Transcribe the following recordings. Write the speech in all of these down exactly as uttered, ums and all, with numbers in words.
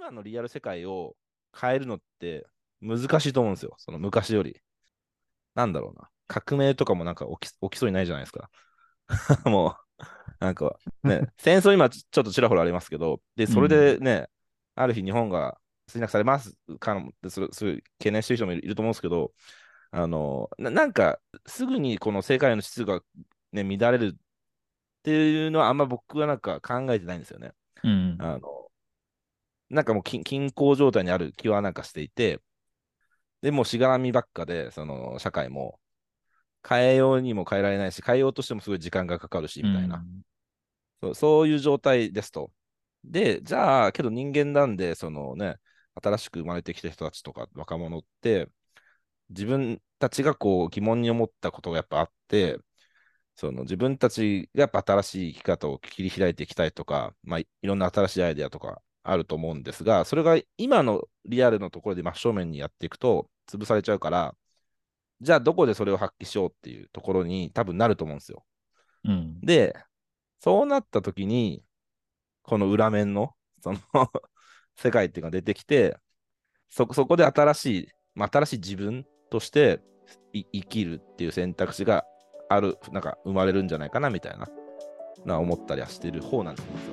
今のリアル世界を変えるのって難しいと思うんですよ。その昔より。なんだろうな。革命とかもなんか起き、起きそうにないじゃないですか。もう、なんかね、戦争今ちょっとちらほらありますけど、で、それうん。 でね、ある日日本が侵略されますかもって、それ、そういう懸念してる人もいると思うんですけど、あの、な、なんか、すぐにこの世界の秩序が、ね、乱れるっていうのはあんま僕はなんか考えてないんですよね。 うん。 あの、なんかもう均均衡状態にある気はなんかしていて、でもうしがらみばっかで、その社会も変えようにも変えられないし、変えようとしてもすごい時間がかかるし、 うみたいな。 ん。 そう、そういう状態ですと。で、じゃあ、けど人間なんで、そのね、新しく生まれてきた人たちとか若者って、自分たちがこう疑問に思ったことがやっぱあって、その自分たちがやっぱ新しい生き方を切り開いていきたいとか、まあ、いいろんな新しいアイデアとかあると思うんですが、それが今のリアルのところで真正面にやっていくと潰されちゃうから、じゃあどこでそれを発揮しようっていうところに多分なると思うんですよ。 うん。 で、そうなった時に、この裏面の、その世界っていうのが出てきて、そこ、そこで新しい、まあ、新しい自分としてい生きるっていう選択肢がある、なんか生まれるんじゃないかなみたいな、な思ったりはしてる方なんですよ。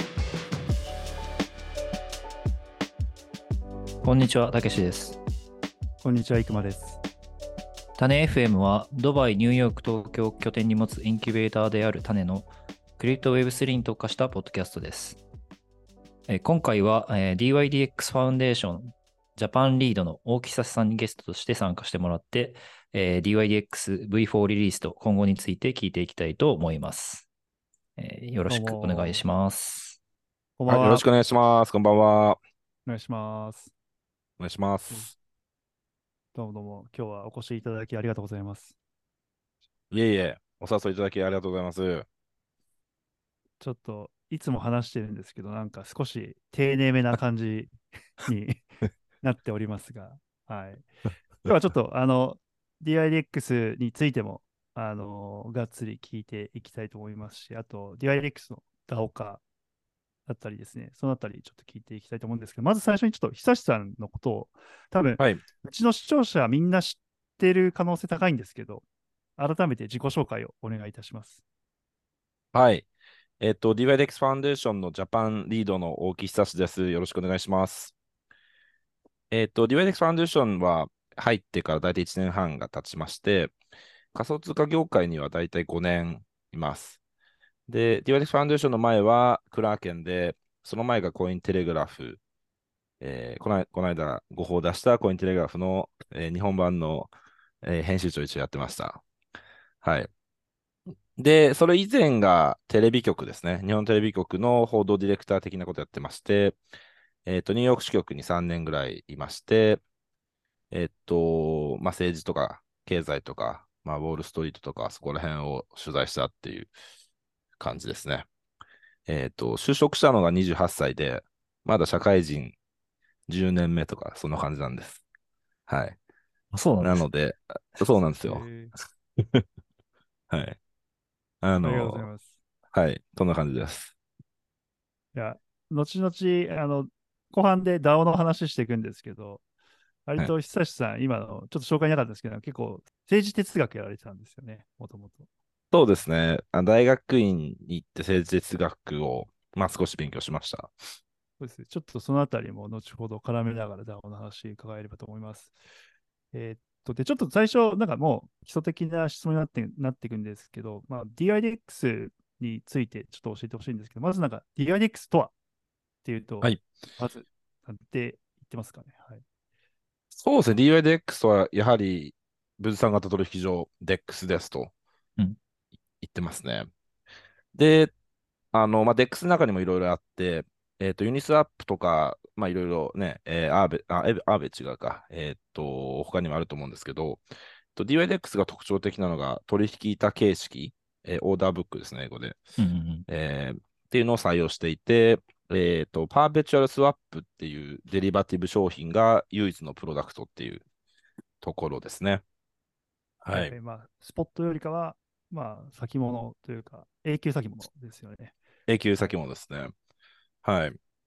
こんにちは、たけしです。 こんにちは、いくまです。 種 エフエム はドバイ、ニューヨーク、東京を拠点に持つインキュベーターである種のクリプト ウェブスリー に特化したポッドキャストです。えー今回は、えー ディーワイディーエックス ファウンデーションジャパンリードの大木久さんにゲストとして参加してもらって、えー ディーワイディーエックスブイフォー リリースと今後について聞いていきたいと思います。えーよろどうしくお願いしも、 ます。 はい、よろしこんばんは。 くお願いします。こんばんは。 お願いします。 お願いしまうんす。 どうもどうも、今日はお越しいただきありがとうございます。 いえいえ、お誘いいただきありがとうございます。 ちょっと、いつも話してるんですけど、なんか少し丁寧めな感じになっておりますが、はい。今日はちょっと、あの、ディーアイディーエックス についても、あの、がっつり聞いていきたいと思いますし、あと、ディーアイディーエックス の ダオ 化だったりですね、そのあたりちょっと聞いていきたいと思うんですけど、まず最初にちょっと久志さんのことを、多分、 はい。 うちの視聴者はみんな知ってる可能性高いんですけど、改めて自己紹介をお願いいたします。 はい。えっと、ディーワイディーエックス ファウンデーションのジャパンリードの大木久志です。よろしくお願いします。えっと、ディーワイディーエックス ファウンデーションは入ってから大体いちねんはんが経ちまして、仮想通貨業界には大体ごねんいます。で、ディーワイディーエックス ファウンデーションの前はクラーケンで、その前がコインテレグラフ、えーこの、この間ご報出したコインテレグラフの、えー日本版の、えー編集長を一応やってました。はい。で、それ以前がテレビ局ですね。日本テレビ局の報道ディレクター的なことやってまして、えっと、ニューヨーク支局にさんねんぐらいいまして、えっと、まあ、政治とか経済とか、まあ、ウォールストリートとか、そこら辺を取材したっていう感じですね。えっと、就職したのがにじゅうはっさいで、まだ社会人じゅうねんめとか、そんな感じなんです。はい。 あそうなんです。 なので、そうなんですよ。 えーはい。あありがとうございの、 ます。 はい。そんな感じです。 いや、後々、あの、後半で ダオ の話していくんですけど、割はい。 と久志さん、今のちょっと紹介なかったんですけど、結構政治哲学やられてたんですよね、もともと。 そうですね。あ大学院に行って政治哲学を、まあ、少し勉強しました。 そうですね。ちょっとそのあたりも後ほど絡めながら ダオ の話伺えればと思います。えーっと、で、ちょっと最初、なんかもう基礎的な質問になって、なっていくんですけど、まあ、ディーアイディーエックス についてちょっと教えてほしいんですけど、まずなんか ディーアイディーエックス とはっていうと、 はい。 まず、なんて言ってますかね。はい。 そうですね。ディーワイディーエックス はやはり分散型取引所 デックス ですとうん。 言ってますね。で、あの、まあ、デックス の中にもいろいろあって、えっと、ユニスワップとか、まあ、いろいろね、えーアーベ、あ、エアーベ違うか。えっと、他にもあると思うんですけど、と ディーワイディーエックス が特徴的なのが取引板形式、えーオーダーブックですね、英語で。 うんうんえーっていうのを採用していて、えっと、パーペチュアルスワップっていうデリバティブ商品が唯一のプロダクトっていうところですね。はい。 はいはい。まあ、スポットよりかは、まあ、先物というか、永久先物ですよね。 永久はい。 先物ですね。はい。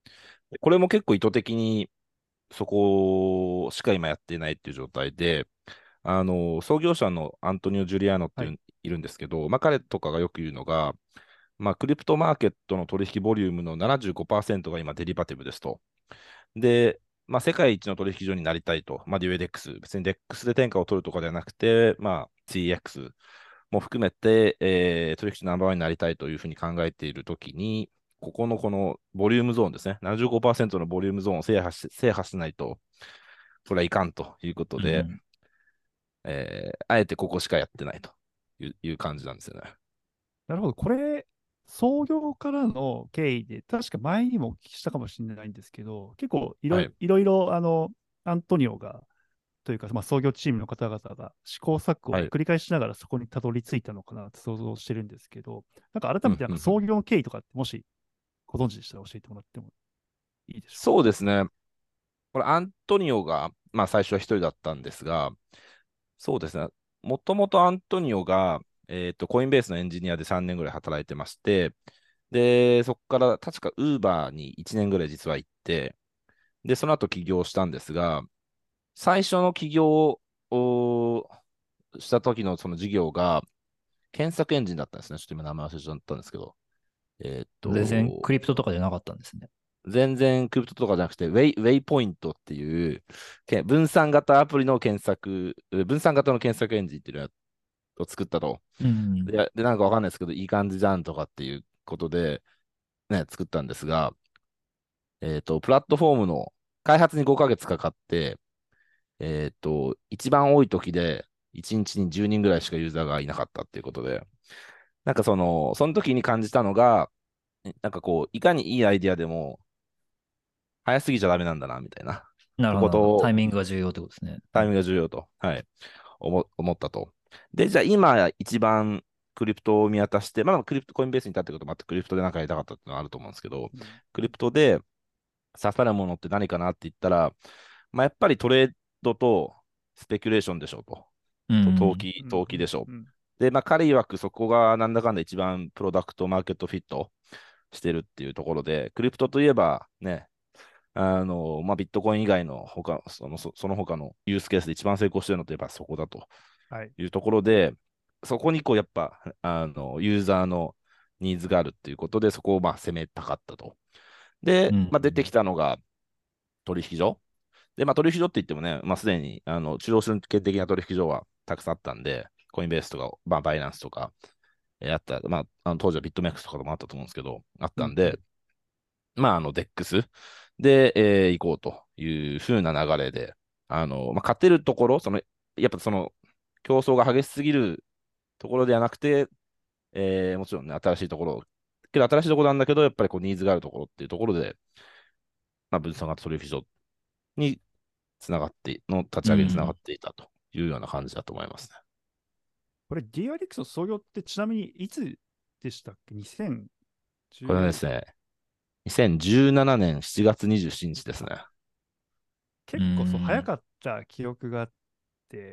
これも結構意図的にそこしか今やってないっていう状態で、あの、創業者のアントニオ・ジュリアーノってはい。 いういるんですけど、まあ、彼とかがよく言うのが、まあ、クリプトマーケットの取引ボリュームのななじゅうごパーセントが今デリバティブですと。で、まあ、世界一の取引所になりたいと。まあ、デュエデックス、別にデックスで天下を取るとかではなくて、まあ、シーエックス も含めて、えー取引所ナンバーワンになりたいというふうに考えているときに、ここのこのボリュームゾーンですね。ななじゅうごパーセントのボリュームゾーンを制覇し、制覇しないと、これはいかんということで、 うん。 えーあえてここしかやってないといういう感じなんですよね。 なるほど。これ、創業からの経緯で、確か前にもお聞きしたかもしれないんですけど、結構いろはい。 いろいろ、あの、アントニオが、というか、まあ、創業チームの方々が試行錯誤はい。 を繰り返しながらそこにたどり着いたのかなって想像してるんですけど、なんか改うん、 めてなんうん、うん。 か創業の経緯とかってもしご存知でしたら教えてもらってもいいでしょうか。 そうですね。これ、アントニオが、まあ、最初は一人だったんですが、そうですね。もともとアントニオが、えっと、コインベースのエンジニアでさんねんぐらい働いてまして、で、そこから確かウーバーにいちねんぐらい実は行って、で、その後起業したんですが、最初の起業をした時のその事業が、検索エンジンだったんですね。ちょっと今名前忘れちゃったんですけど。えっ全然と、 クリプトとかじゃなかったんですね。 全然クリプトとかじゃなくて、ウェイ、ウェイポイントっていうけ分散型アプリの検索、分散型の検索エンジンっていうのを作ったと。 うん。 で、でなんかわかんないですけど、いい感じじゃんとかっていうことで、ね、作ったんですが、えっと、プラットフォームの開発にごかげつかかって、えっと、一番多い時で、いちにちにじゅうにんぐらいしかユーザーがいなかったっていうことで、なんかその、その時に感じたのが、なんかこう、いかにいいアイディアでも、早すぎちゃダメなんだな、みたいななるほど、なるほど。タことを、 イミングが重要ってことですね。うん。 タイミングが重要と、はい、思、思ったと。で、じゃあ今一番クリプトを見渡して、まだクリプトコインベースにいたってこともあって、クリプトで何かやりたかったっていうのはあると思うんですけど、 うん。 クリプトで刺さるものって何かなって言ったら、まあ、やっぱりトレードとスペキュレーションでしょうと。 うと投ん。 機、 うん。 投機でしょうん。 う。で、まあ彼曰くそこがなんだかんだ一番プロダクトマーケットフィットしてるっていうところで、クリプトといえばね、あの、まあ、ビットコイン以外の他、その、そその他のユースケースで一番成功してるのといえばそこだとはい。 いうところで、そこにこうやっぱ、あの、ユーザーのニーズがあるっていうことで、そこをまあ攻めたかったと。で、 うん。 まあ、出てきたのが取引所。で、まあ、取引所って言ってもね、まあ、すでに、あの、中央集権的な取引所はたくさんあったんで、コインベースとか、まあ、バイナンスとか、えーあった、まあ、あの当時はビットメックスとかでもあったと思うんですけど、あっうん。 たんで、まあ、あの、デックスで、えー行こうという風な流れで、あの、まあ、勝てるところ、その、やっぱその、競争が激しすぎるところではなくて、えーもちろんね、新しいところ、けど新しいところなんだけど、やっぱりこう、ニーズがあるところっていうところで、まあ、分散型取引所につながって、の立ち上げにつながうん。 っていたというような感じだと思いますね。 これ ディーアイディーエックス の創業ってちなみにいつでしたっけ？ にせんじゅうこれはですね、にせんじゅうななねんしちがつにじゅうしちにちですね。 う結構そう早ん。 かった記憶があって、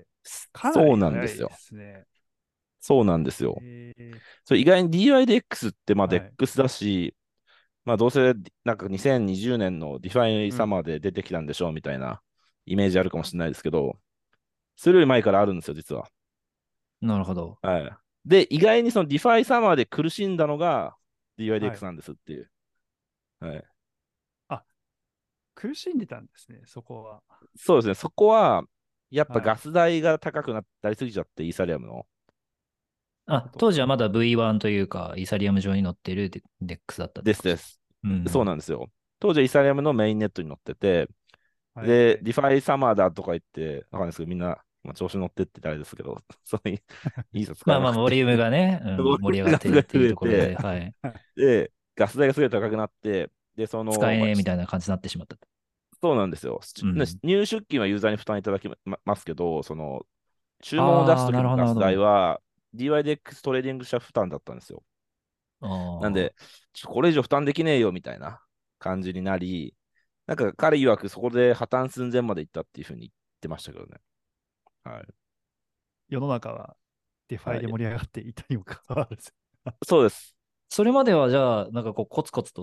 かなそうり早いでなんですよ。 すね。 そうなんですよ。 えー、 それ意外に ディーワイディーエックス ってまあはい。 デックス だし、まあどうせなんかにせんにじゅうねんのディファイうん。 サマーで出てきたんでしょうみたいなイメージあるかもしれないですけど、それより前からあるんですよ、実は。 なるほど。 はい。で、意外にそのディファイサマーで苦しんだのがはい。 ディーワイディーエックス なんですっていう。はい。 あ、苦しんでたんですね、そこは。 そうですね、そこは、やっぱはい。 ガス代が高くなったりすぎちゃって、イーサリアムの。 あ、 なるほど。 当時はまだ ブイワン というか、イーサリアム上に乗っているデデックスだったってことですか？ ですです。 うん。 そうなんですよ。当時はイーサリアムのメインネットに乗ってて、 はい。 で、ディファイサマーだとか言って、わかんないですけど、みんな、まあ、調子乗ってってあれですけど、そういういいさ使まあまあ、 えなくて、 ボリュームがね、うん、盛り上がってるっガスがていう増えて、 ところで、はい。 で、ガス代がすごい高くなって、で、その、まあ、 使えねえみちたいな感じになってしまったと。 そうなんですよ。ちねうん。 入出金はユーザーに負担いただきまますけど、その、注文を出すああ、 ときなるほど、なるのガス代ほど。 は ディーワイディーエックス トレーディング社負担だったんですよ。なんああ、 で、ちょっとこれ以上負担できねえよみたいな感じになり、なんか彼曰くそこで破綻寸前まで行ったっていうふうに言ってましたけどね。はい。 世の中はデファはい。 イで盛り上がっていたにもかかわらず。 そうです。 それまではじゃあ、なんかこう、コツコツと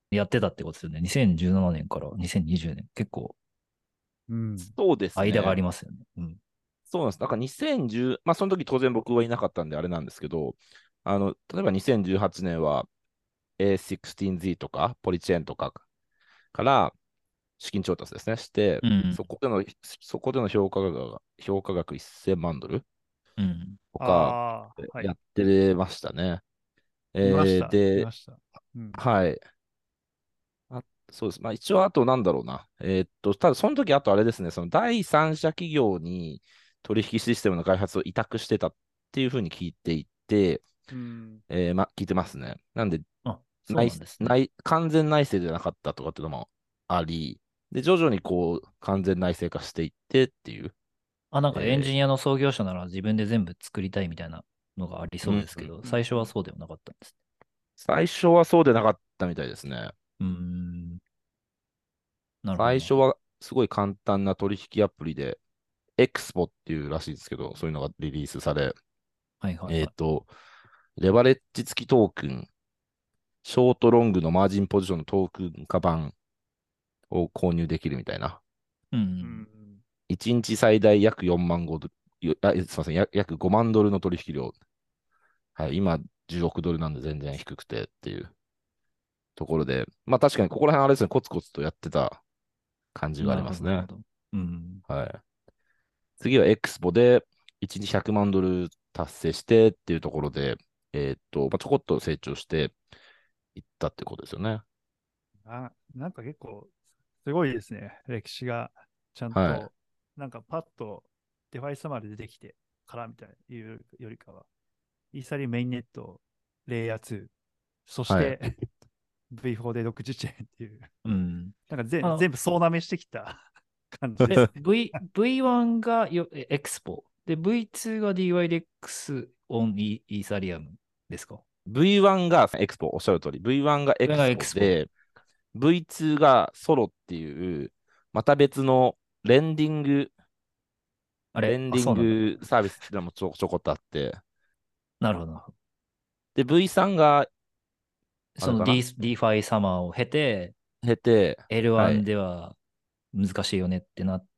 やってたってことですよね。にせんじゅうななねんからにせんにじゅうねん。結構うん。 そうです間があね。 りますよね。うん。 そうなんです。だからにせんじゅう、まあその時当然僕はいなかったんであれなんですけど、あの、例えばにせんじゅうはちねんは エーじゅうろくゼロ とか、ポリチェーンとかから資金調達ですね、して、 うん。 そこでの、そこでの評価額が、評価額せんまんドルうん。 とかああ、はい。 やってましたね。えー見ました。見で、 ました。うん。 はい。あ、そうです。まあ一応あとなんだろうな。えーっと、ただその時あとあれですね、その第三者企業に取引システムの開発を委託してたっていうふうに聞いていて、 うん。 えーま、聞いてますね。なんで、 あ、そう内、 なんですね。 内、完全内製じゃなかったとかっていうのもあり、で、徐々にこう、完全内製化していってっていう、 あ、なんかエンえジニアの創業者なら自分で全部作りたいみたいなのがありーうんうん、 そうですけど、最初はうん。 そうではなかったんです最初はそうでなかったみたいですね。 ね。うーん。なるほどな。 最初はすごい簡単な取引アプリで、エクスポっていうらしいですけど、そういうのがリリースされ、 はいはいはい。 えっと、レバレッジ付きトークン、ショートロングのマージンポジションのトークン化版を購入できるみたいな。 ううん。 ん。 いちにち最大約よんまんドル、よあすみません、や約ごまんドルの取引量。はい、今じゅうおくドルなんで全然低くてっていうところで、まあ確かにここら辺あれですね、コツコツとやってた感じがありなるほど、 ますね。 なるほど。うん。 はい。次はエクスポでいちにちひゃくまんドル達成してっていうところで、えーっと、まあ、ちょこっと成長していったってことですよね。 あ、なんか結構、すごいですね。歴史がちゃんはい。 と、なんかパッとデバイスまで出てきてからみたいないうよりかは、イーサリメインネット、レイヤーツー、そしはい。 て ブイフォー で独自チェーンっていう、 うん。 なんかぜあ、 全部総なめしてきた感じでで、 すね。 V、ブイワン がよえエクスポ。で、ブイツー が ディーワイディーエックス オンイイーサリアムですか？ ブイワン がエクスポ、おっしゃる通り、ブイワン がエブイワン がクスエクスポ。 ポで、ブイツー がソロっていう、また別のレンディング、 あれあ、 レンディンそうなんだ。 グサービスっていうのもちょ、ちょこっとあって、 なるほど。 で、ブイスリー が、あそのれか D、 な DeFi サマーを経て、 経て、はエルワンい、 では難しいよねってなって、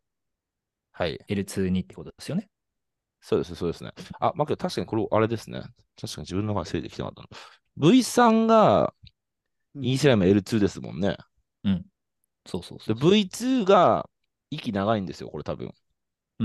はい。 エルツー にってことですよね。 そうです、そうですね。あ、まあ、けど確かにこれ、あれですね。確かに自分の方が整理できてなかったな。ブイスリー がうん。 イーサリアム エルツー ですもんね。 うん。そうそうそで、 うそブイツー が息長いんですよ、これ多分。 う。うん。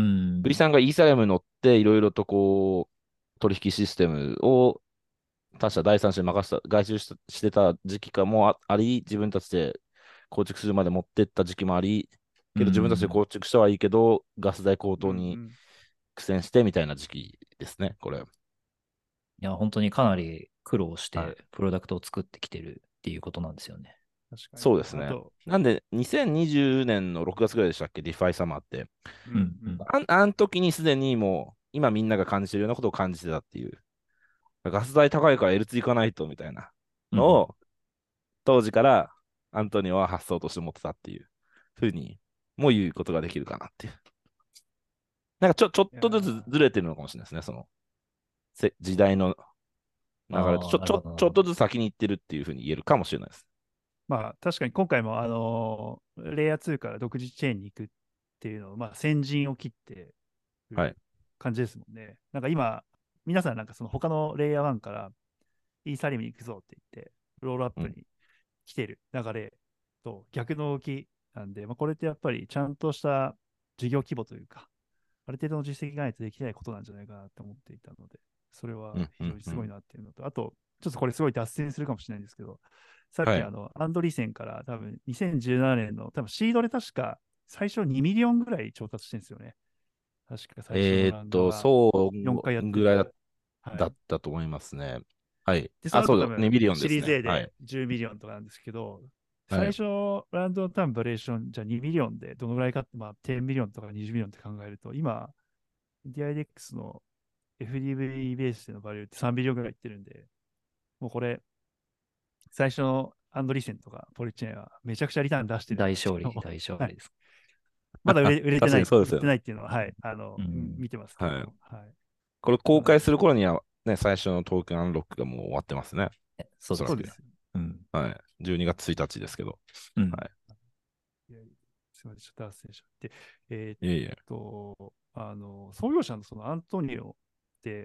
ブイスリー がイーサリアム乗っていろいろとこう、取引システムを他社第三者に任せた、外注ししてた時期かもああり、自分たちで構築するまで持ってった時期もあり、 うけど自分たちでん。 構築したはいいけど、ガス代高うんう騰にん。 苦戦してみたいな時期ですね、これ。 いや、本当にかなり苦労しはい。 て、プロダクトを作ってきてるっていうことなんですよね。 確かに。 そうですね。 あと、 なんで、にせんにじゅうねんのろくがつぐらいでしたっけ、ディファイサマーって。 うんうん、ううん。 ん。 あん、あん時にすでにもう、今みんなが感じてるようなことを感じてたっていう。ガス代高いから エルツー 行かないとみたいなうん。 のを、当時からアントニオは発想として持ってたっていうふうにも言うことができるかなっていう。なんかちょ、ちょっいやとずつずれてるのかもしれないですね。そのせ時代の流れとああ、 ちょ、ちょ、 なるほど、なちょっとるほど。 ずつ先に行ってるっていうふうに言えるかもしれないです。 まあ、確かに今回も、あのーレイヤーツーから独自チェーンに行くっていうのを、まあ、先陣を切ってはい。 る感じですもんね。なんか今、皆さんなんかその他のレイヤーワンからイーサリアムに行くぞって言って、ロールアッうん。 プに来てる流れと逆の動きなんで、まあ、これってやっぱりちゃんとした事業規模というか、ある程度の実績がないとできないことなんじゃないかなと思っていたので、それはうん。うん。 非常にすごいうん。 なっていうのと、あと、ちょっとこれすごい脱線するかもしれないんですけど、さっはい。 きあの、アンドリーセンから多分にせんじゅうななねんの多分シードで確か最初にミリオンぐらい調達してるんですよね。確か最初のえーっと、 ラウンドがそよんかいやっうぐらいだ、 てて、はい。 だったと思いますね。はい。 で、そあ、 の後そうだ、に多分ビリオンでシリーズすね。 A はい。 でじゅうミリオンとかなんですけど、最はい。 初ラウンドの多分バリエーション、じゃあにミリオンでどのぐらいかって、まあじゅうミリオンとかにじゅうミリオンって考えると、今、ディーアイディーエックス の エフディーブイ ベースでのバリューってさんビリオンぐらいいってるんで、もうこれ、最初のアンドリーセンとかポリチェーンはめちゃくちゃリターン出してるん大勝利、 ですけど、 大勝はい、 利です。 まだ売れ売れて確ない、 かにそうですよね。 売ってないっていうのは、はい、あの、 うん。 見てますけはい。 ど、はい。 これ公開すなので、 る頃にはね、最初のトークンアンロックがもう終わってますね。 えそうですね。 おそらく。 そうです。 うん。 はい。じゅうにがつついたちですけど。 うん。 はい。 いやいやすみません、ちょっと脱線しちゃって。えーっいえいえ。 と、あの、創業者のそのアントニオって、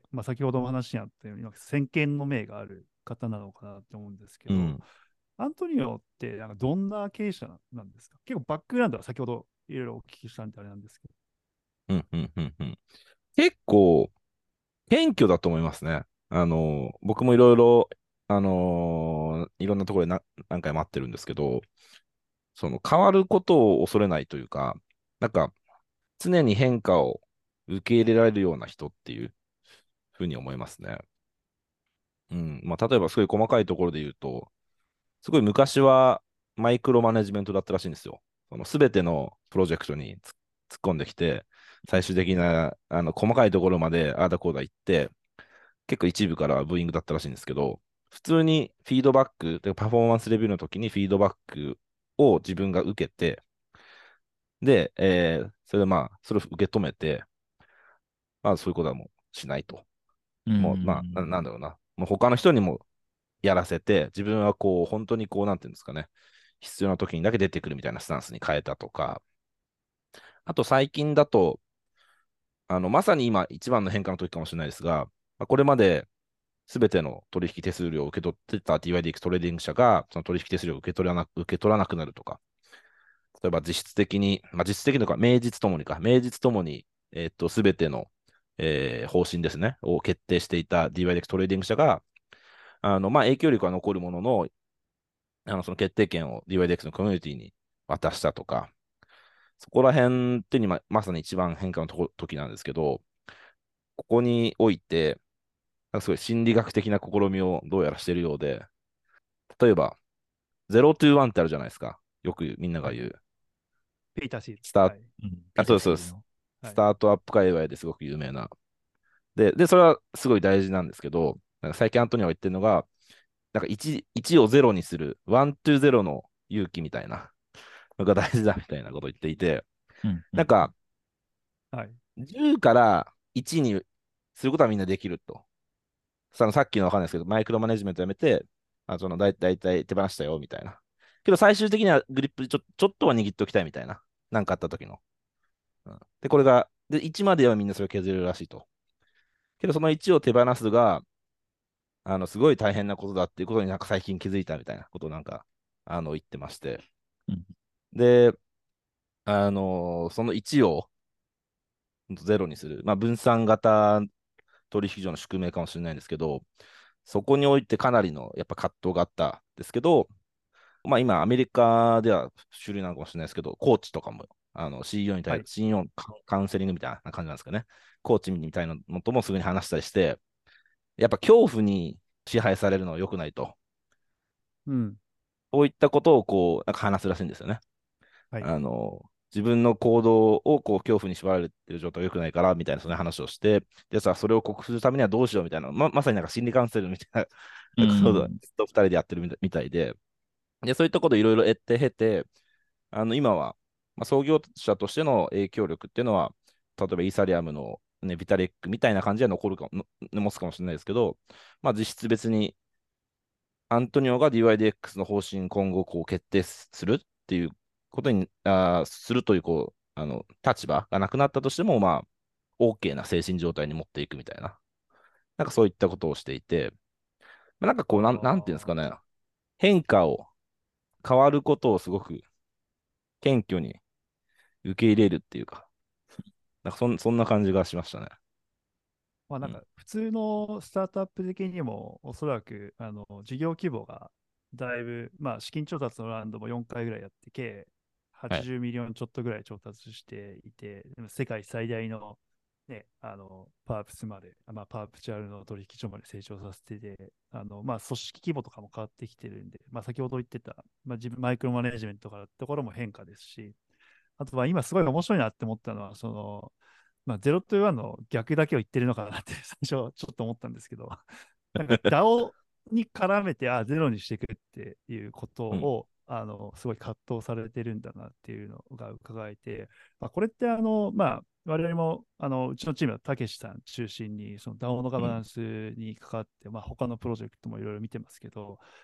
まあ、先ほどお話にあったように、なんか先見の明がある方なのかなって思うんですけど、 うん。 アントニオってなんかどんな経営者ななんですか？結構バックグラウンドは先ほどいろいろお聞きしたんであれなんですけど。 うん、うん、うん、うん。結構、謙虚だと思いますね。あの、僕もいろいろ、あのーいろんなところでな何回も会ってるんですけど、その変わることを恐れないというか、なんか常に変化を受け入れられるような人っていうふうに思いますね。うん。まあ、例えばすごい細かいところで言うと、すごい昔はマイクロマネジメントだったらしいんですよ。その全てのプロジェクトにつ突っ込んできて、最終的なあの細かいところまでああだこうだ言って、結構一部からはブーイングだったらしいんですけど、普通にフィードバック、でパフォーマンスレビューの時にフィードバックを自分が受けて、で、えーそれでまあ、それを受け止めて、まあそういうことはもうしないと。 うもう、まあ、な、 ん。 なんだろうな。もう他の人にもやらせて、自分はこう、本当にこう、なんていうんですかね、必要な時にだけ出てくるみたいなスタンスに変えたとか、あと最近だと、あの、まさに今一番の変化の時かもしれないですが、まあこれまで全ての取引手数料を受け取ってた ディーワイディーエックス トレーディング社が、その取引手数料を受け取らな受け取らなくなるとか、例えば実質的に、まあ、実質的にとか、名実ともにか、名実ともに、えっと、すべての、えー方針ですね、を決定していた ディーワイディーエックス トレーディング社が、あの、まあ、影響力は残るものの、あの、その決定権を ディーワイディーエックス のコミュニティに渡したとか、そこら辺ってにま、まさに一番変化のとこ時なんですけど、ここにおいて、なんかすごい心理学的な試みをどうやらしているようで、例えば、ゼロトゥーワンってあるじゃないですか。よくみんながはい。 言う。 ピーターシール。 スタート、 はい。 うん。ピあ、 ータそうです、そうです。 ーシールの。 はい。 スタートアップ界隈ですごく有名な。で、で、それはすごい大事なんですけど、なんか最近アントニオが言ってるのが、なんかいち、いちをゼロにする、ワントゥゼロの勇気みたいなのが大事だみたいなことを言っていて、 うん。うん。 なんかはい。 じゅうからいちにすることはみんなできると。そのさっきのわかんないですけど、マイクロマネジメントやめて、あそのだいだいたい手放したよみたいな。けど最終的にはグリップちょ、ちょっとは握っておきたいみたいな。なんかあった時の。うん、で、これが、で、いちまではみんなそれを削れるらしいと。けどそのいちを手放すが、あの、すごい大変なことだっていうことになんか最近気づいたみたいなことをなんか、あの、言ってまして。 うん。 で、あのそのいちをゼロにする。まあ、分散型取引所の宿命かもしれないんですけど、そこにおいてかなりのやっぱ葛藤があったんですけど、まあ今アメリカでは主流なのかもしれないですけど、コーチとかも、あの シーイーオー に対、 はい。 シーイーオー カカウンセリングみたいな感じなんですかね。コーチみたいなのともすぐに話したりして、やっぱ恐怖に支配されるのは良くないと。 うん。 こういったことをこう、なんか話すらしいんですよね。 はい。 あの、自分の行動をこう恐怖に縛られている状態は良くないから、みたいなその話をして、でさ、それを克服するためにはどうしようみたいな、ま、まさになんか心理カウンセルみたいうなことをずっん。 と二人でやってるみたいみたいで、で、そういったことをいろいろ得て経て、あの、今は、まあ、創業者としての影響力っていうのは、例えばイーサリアムの、ね、ビタレックみたいな感じで残るかも、の持つかもしれないですけど、まあ、実質別にアントニオが ディーワイディーエックス の方針今後こう決定するっていうことに、あーするというこう、あの、立場がなくなったとしても、まあ、OK な精神状態に持っていくみたいな、なんかそういったことをしていて、まあ、なんかこう、なん、なんていうんですかあね、変化を、変わることをすごく謙虚に受け入れるっていうか、なんかそん、そんな感じがしましたね。 まあ、なうん。 んか普通のスタートアップ的にも、おそらくあの事業規模がだいぶ、まあ、資金調達のラウンドもよんかいぐらいやって、計はい。 はちじゅうミリオンちょっとぐらい調達していて、でも世界最大の、ね、あのパープスまで、まあ、パープチャールの取引所まで成長させてて、あのまあ、組織規模とかも変わってきてるんで、まあ、先ほど言ってた、まあ、自分マイクロマネジメントとかのところも変化ですし、あとは今すごい面白いなって思ったのは、その、まあ、ゼロとワンの逆だけを言ってるのかなって最初ちょっと思ったんですけど、なんか ダオ に絡めて、あ、ゼロにしていくっていうことうん。 を、あの、すごい葛藤されてるんだなっていうのが伺えて、まあ、これってあの、まあ、我々も、あの、うちのチームはたけしさん中心に、その ダオ のガバナンうん。 スに関わって、まあ、他のプロジェクトもいろいろ見てますけど、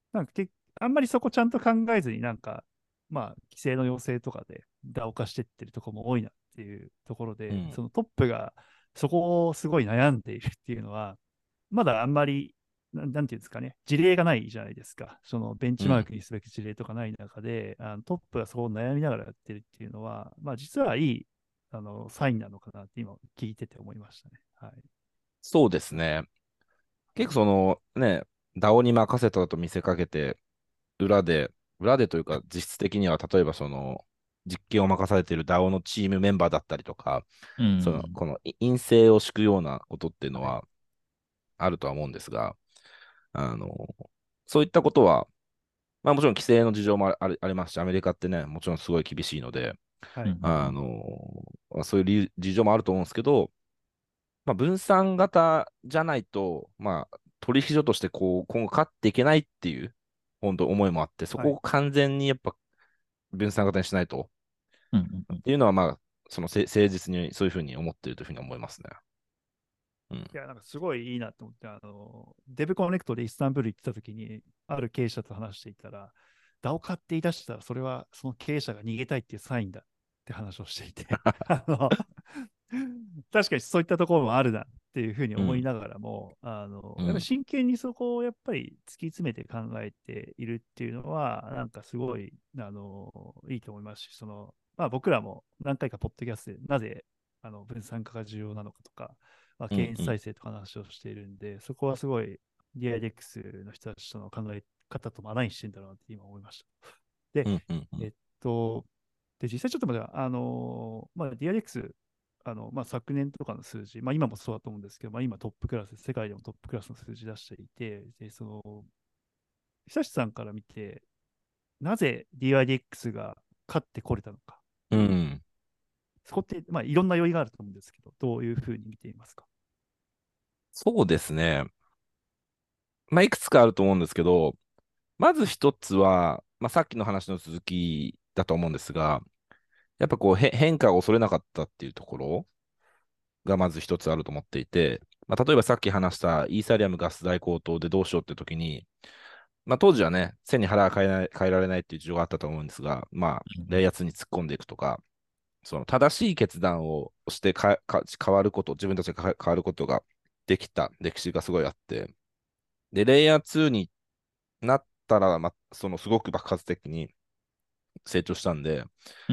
なんかけあんまりそこちゃんと考えずになんか、まあ、規制の要請とかでダオ化してってるところも多いなっていうところで、 うん。 そのトップがそこをすごい悩んでいるっていうのは、まだあんまり、ななんていうんですかね、事例がないじゃないですか。そのベンうん。 チマークにすべき事例とかない中で、あのトップがそこを悩みながらやってるっていうのは、まあ実はいいあのサインなのかなって今聞いてて思いましたね。はい。 そうですね。結構そのね、ダオ に任せたと見せかけて、裏で、裏でというか実質的には、例えばその、実験を任されている ダオ のチームメンバーだったりとか、 うその、 ん。 このい陰性を敷くようなことっていうのはい。 はあるとは思うんですが、あの、そういったことは、まあもちろん規制の事情もありありますし、アメリカってね、もちろんすごい厳しいので、 はい。 うん。 あの、まあそういう理由事情もあると思うんですけど、まあ、分散型じゃないと、まあ、取引所としてこう今後勝っていけないっていう、本当思いもあって、そはい。 こを完全にやっぱ分散型にしないとうん。うん。 っていうのは、まあ、そのせ誠実にそういうふうに思っているというふうに思いますね。うん。 いや、なんかすごいいいなと思って、あの、デブコネクトでイスタンブール行ってた時に、ある経営者と話していたら、ダオ買って言い出したら、それはその経営者が逃げたいっていうサインだって話をしていて、あの、確かにそういったところもあるなっていうふうにうん。 思いながらも、あの、やっぱりうん。 真剣にそこをやっぱり突き詰めて考えているっていうのは、なんかすごい、あの、いいと思いますし、その、まあ僕らも何回かポッドキャストでなぜあの分散化が重要なのかとか、まあ、 うん。 経営うん。 再生とか話をしているんで、そこはすごい ディーアイディーエックス の人たちとの考え方ともアラインしてんだろうなって今思いました。で、 うん。うん。 えっと、で、実際ちょっと待って、あのまあ、ディーアイディーエックス、あのまあ、昨年とかの数字、まあ、今もそうだと思うんですけど、まあ、今トップクラス、世界でもトップクラスの数字出していて、で、その、久志さんから見て、なぜ ディーアイディーエックス が勝ってこれたのかっていう、 うん。 そこって、まあ、いろんな要因があると思うんですけど、どういうふうに見ていますか？ そうですね。まあ、いくつかあると思うんですけど、まず一つは、まあ、さっきの話の続きだと思うんですが、やっぱこうへ変化を恐れなかったっていうところがまず一つあると思っていて、まあ、例えばさっき話したイーサリアムガス代高騰でどうしようって時に、まあ、当時はね、背に腹は変えない、変えられないっていう事情があったと思うんですが、まあ、冷圧に突っ込んでいくとか、その正しい決断をしてかか変わること、自分たちが変わることができた歴史がすごいあって、で、レイヤーツーになったら、まあ、そのすごく爆発的に成長したんで、 うん。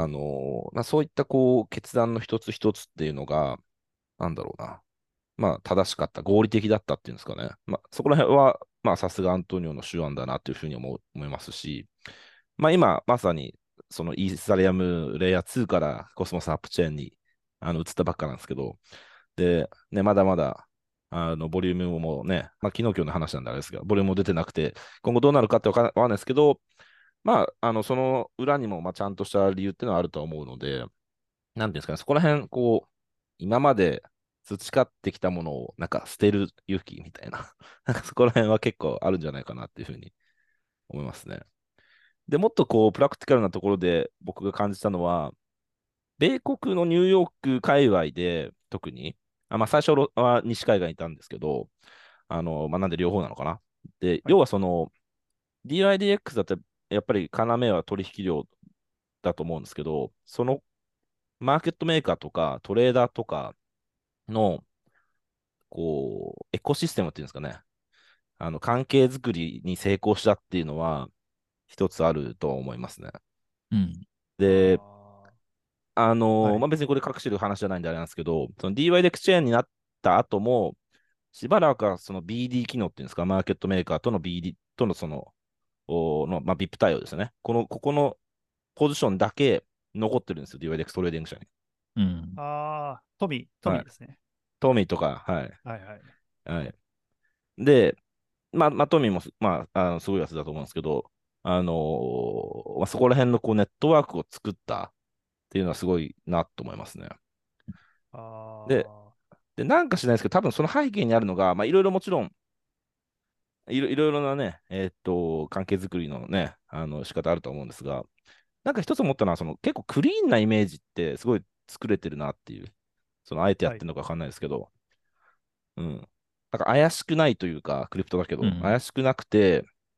あのーまあ、そういったこう決断の一つ一つっていうのが、なんだろうな、まあ、正しかった、合理的だったっていうんですかね。まあ、そこら辺は、まあ、さすがアントニオの手腕だなというふうに思う思いますし、まあ、今、まさに、そのイーサリアムレイヤーツーからコスモスアップチェーンにあの移ったばっかなんですけど、で、ね、まだまだ、あの、ボリュームもね、まあ、昨日今日の話なんであれですが、ボリュームも出てなくて、今後どうなるかってわかんわかんないですけど、まあ、あの、その裏にも、まあ、ちゃんとした理由っていうのはあると思うので、なんていうんですかね、そこら辺、こう、今まで培ってきたものを、なんか捨てる勇気みたいな、なんかそこら辺は結構あるんじゃないかなっていうふうに思いますね。で、もっとこう、プラクティカルなところで僕が感じたのは、米国のニューヨーク界隈で、特に、あまあ、最初は西海岸にいたんですけど、あの、まあ、なんで両方なのかな。で、 はい。 要はその、ディーアイディーエックス だって、やっぱり要は取引量だと思うんですけど、そのマーケットメーカーとかトレーダーとかの、こう、エコシステムっていうんですかね、あの、関係づくりに成功したっていうのは、一つあると思いますね。 うん。 で、 ああのーまあ、 あ、はい。 別にこれ隠してる話じゃないんであれなんですけど、その ディーワイディーエックス チェーンになった後も、しばらくはその ビーディー 機能っていうんですか、マーケットメーカーとの ビーディー、とのその、おの、まあ、ブイアイピー 対応ですよね。この、ここのポジションだけ残ってるんですよ、ディーワイディーエックス トレーディング社に。 うん。 ああ、トミー、トはい。 ミーですね。 トミーとか、はい。 はいはい。 はい。で、まあ、まあ、トミーもす、まあ、あのすごいやつだと思うんですけど、あのーまあ、そこら辺のこうネットワークを作ったっていうのはすごいなと思いますね。で、 あで、なんか知らないですけど、多分その背景にあるのが、まあ、いろいろもちろん、いろいろいろなね、えーっと、関係づくりのね、あの仕方あると思うんですが、なんか一つ思ったのは、その結構クリーンなイメージってすごい作れてるなっていう、そのあえてあ、はい。 やってるのかわかんないですけど、うん。なんか怪しくないというか、クリプトだけど、 うん。 怪しくなくて、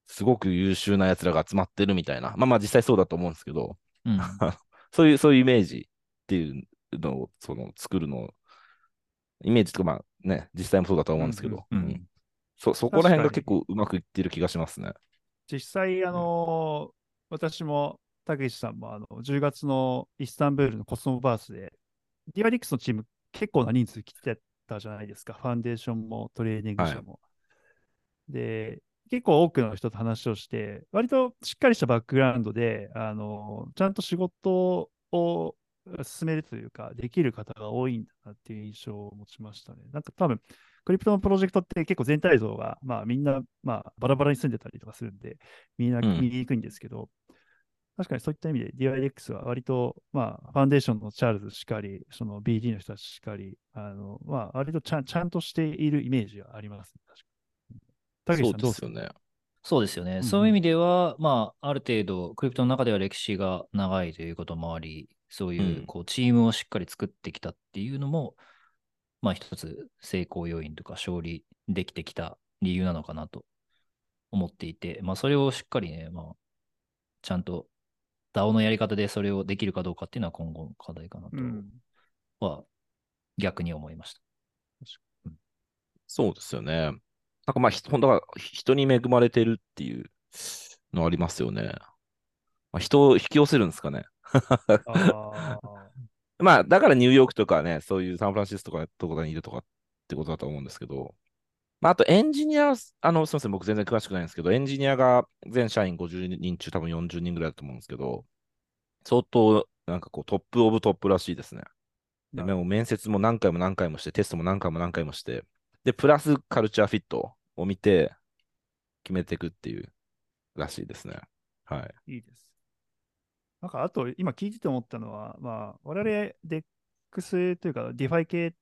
すごく優秀な奴らが集まってるみたいな。まあまあ実際そうだと思うんですけど、 うん。 そういう、そういうイメージっていうのを、その作るのを、イメージとかまあね、実際もそうだと思うんですけど、 うんうん。 うん。 うん。そ、そこら確かに、 辺が結構うまくいってる気がしますね。 実際、あうん。 の私も、たけしさんも、あの、じゅうがつのイスタンブールのコスモバースで、ディアリックスのチーム、結構な人数来てたじゃないですか。ファンデーションもトレーニングはい。 社も。で、結構多くの人と話をして、割としっかりしたバックグラウンドで、あの、ちゃんと仕事を進めるというか、できる方が多いんだなっていう印象を持ちましたね。なんか多分、クリプトのプロジェクトって結構全体像が、まあみんな、まあバラバラに住んでたりとかするんで、みんなうん。 見にくいんですけど、確かにそういった意味で ディーアイディーエックス は割と、まあ、ファンデーションのチャールズしかり、その ビーディー の人たちしかり、あの、まあ、割とちゃんちゃんとしているイメージがあります、ね。確かに。たけしそうさんどうですか？ ですよね。 そうですよね。 うんうん。 そういう意味では、まあ、ある程度、クリプトの中では歴史が長いということもあり、そういう、 うん。 こう、チームをしっかり作ってきたっていうのも、まあ、一つ成功要因とか勝利できてきた理由なのかなと思っていて、まあ、それをしっかりね、まあ、ちゃんと ダオ のやり方でそれをできるかどうかっていうのは今後の課題かなとうん。 は逆に思いました。 確かうん。 そうですよね。なんかまあ、ひほんとだから人に恵まれてるっていうのありますよね。まあ、人を引き寄せるんですかね。 ああ、 まあ、だからニューヨークとかね、そういうサンフランシスコとかとかにいるとかってことだと思うんですけど、まあ、あとエンジニア、あの、すみません、僕全然詳しくないんですけど、エンジニアが全社員ごじゅうにん中多分よんじゅうにんぐらいだと思うんですけど、相当なんかこうトップオブトップらしいですね。で、もうなるほど。 面接も何回も何回もして、テストも何回も何回もして、で、プラスカルチャーフィットを見て決めていくっていうらしいですね。はい。 いいです。なんか、あと、今聞いてて思ったのは、まあ、我々、デックス というか、ディファイ系って、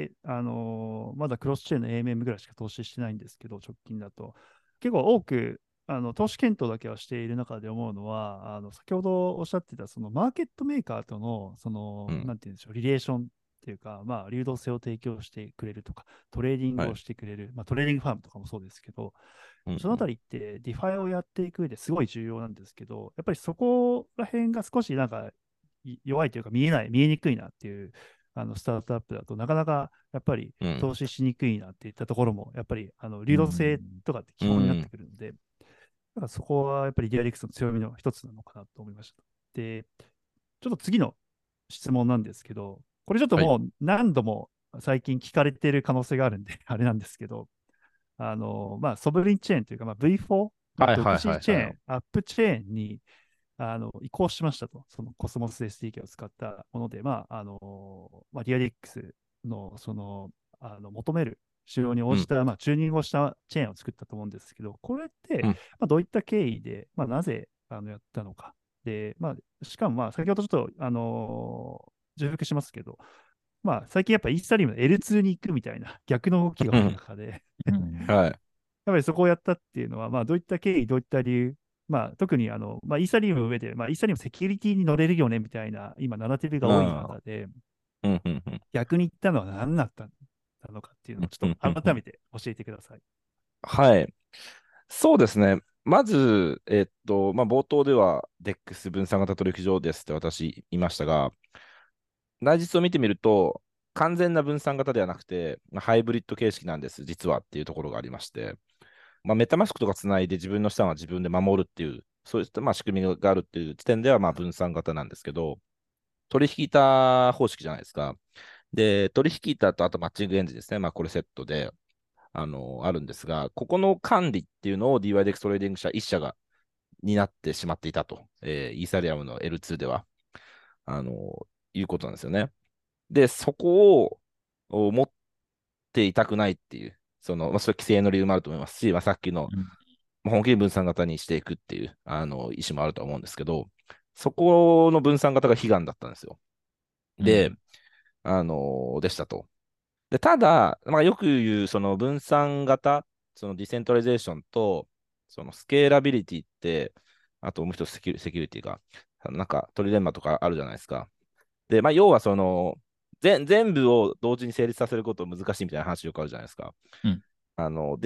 あのーまだクロスチェーンの エーエムエム ぐらいしか投資してないんですけど、直近だと。結構多く、あの投資検討だけはしている中で思うのは、あの先ほどおっしゃってた、そのマーケットメーカーとの、その、 うん。 なんていうんでしょう、リレーションっていうか、まあ、流動性を提供してくれるとか、トレーディングをはい。 してくれる、まあ、トレーディングファームとかもそうですけど、 うん、うん。 そのあたりってディファイをやっていく上ですごい重要なんですけど、やっぱりそこら辺が少しなんか弱いというか見えない、見えにくいなっていうあのスタートアップだとなかなかやっぱりうん。 投資しにくいなっていったところもやっぱりあのう流動性ん。 とかって基本になってうん。 くるので、だからそこはやっぱりディアリクスの強みの一つなのかなと思いました。で、ちょっと次の質問なんですけど、これちょっとはい。 もう何度も最近聞かれている可能性があるんで、あれなんですけど、あの、まあ、ソブリンチェーンというか、まあ、ブイフォー、まあ、独はいはいはいはい。 自チェーン、アップチェーンにあの移行しましたと、そのコスモス エスディーケー を使ったもので、まあ、あの、まあ、ディアリックスの、その、あの求める仕様に応うん。 じた、まあ、チューニングをしたチェーンを作ったと思うんですけど、これって、 うん。 まあ、どういった経緯で、まあ、なぜあのやったのか。で、まあ、しかも、まあ、先ほどちょっと、あの重複しますけど、まあ、最近やっぱイーサリアムの エルツー に行くみたいな逆の動きが多いうん。 中で、 うん。 はい。 やっぱりそこをやったっていうのは、まあ、どういった経緯、どういった理由、まあ、特にあの、まあ、イーサリアムの上で、まあ、イーサリアムセキュリティに乗れるよねみたいな、今、ナラティブが多いああ。 中で、 うん。うん。うん。 逆に言ったのは何だったのかっていうのを、ちょっうん。うん。うん。 と改めて教えてください。 はい。そうですね。まず、えっと、まあ、冒頭では デックス 分散型取引所ですって私言いましたが、内実を見てみると、完全な分散型ではなくて、まあハイブリッド形式なんです、実はっていうところがありまして、まあ、メタマスクとかつないで自分の資産は自分で守るっていう、そういったまあ仕組みがあるっていう時点ではまあ分散型なんですけど、取引板方式じゃないですか。で、取引板とあとマッチングエンジンですね。まあこれセットで、あの、あるんですが、ここの管理っていうのを ディーワイディーエックス トレーディング社いっ社が担ってしまっていたと、えーイーサリアムの エルツー では、あの、いうことなんですよね。で、そこをを持っていたくないっていう、その、まあ、それは規制の理由もあると思いますし、まあ、さっきの、 うん。 まあ本気で分散型にしていくっていう、あの、意思もあると思うんですけど、そこの分散型が悲願だったんですよ。で、 うん。 あの、でしたと。で、ただ、まあ、よく言う、その分散型、そのディセントラリゼーションと、そのスケーラビリティって、あともう一つセキュセキュリティが、あのなんかトリレンマとかあるじゃないですか。で、まあ、要はその、全全部を同時に成立させること難しいみたいな話よくあるじゃないですか。 うん。 あの、で、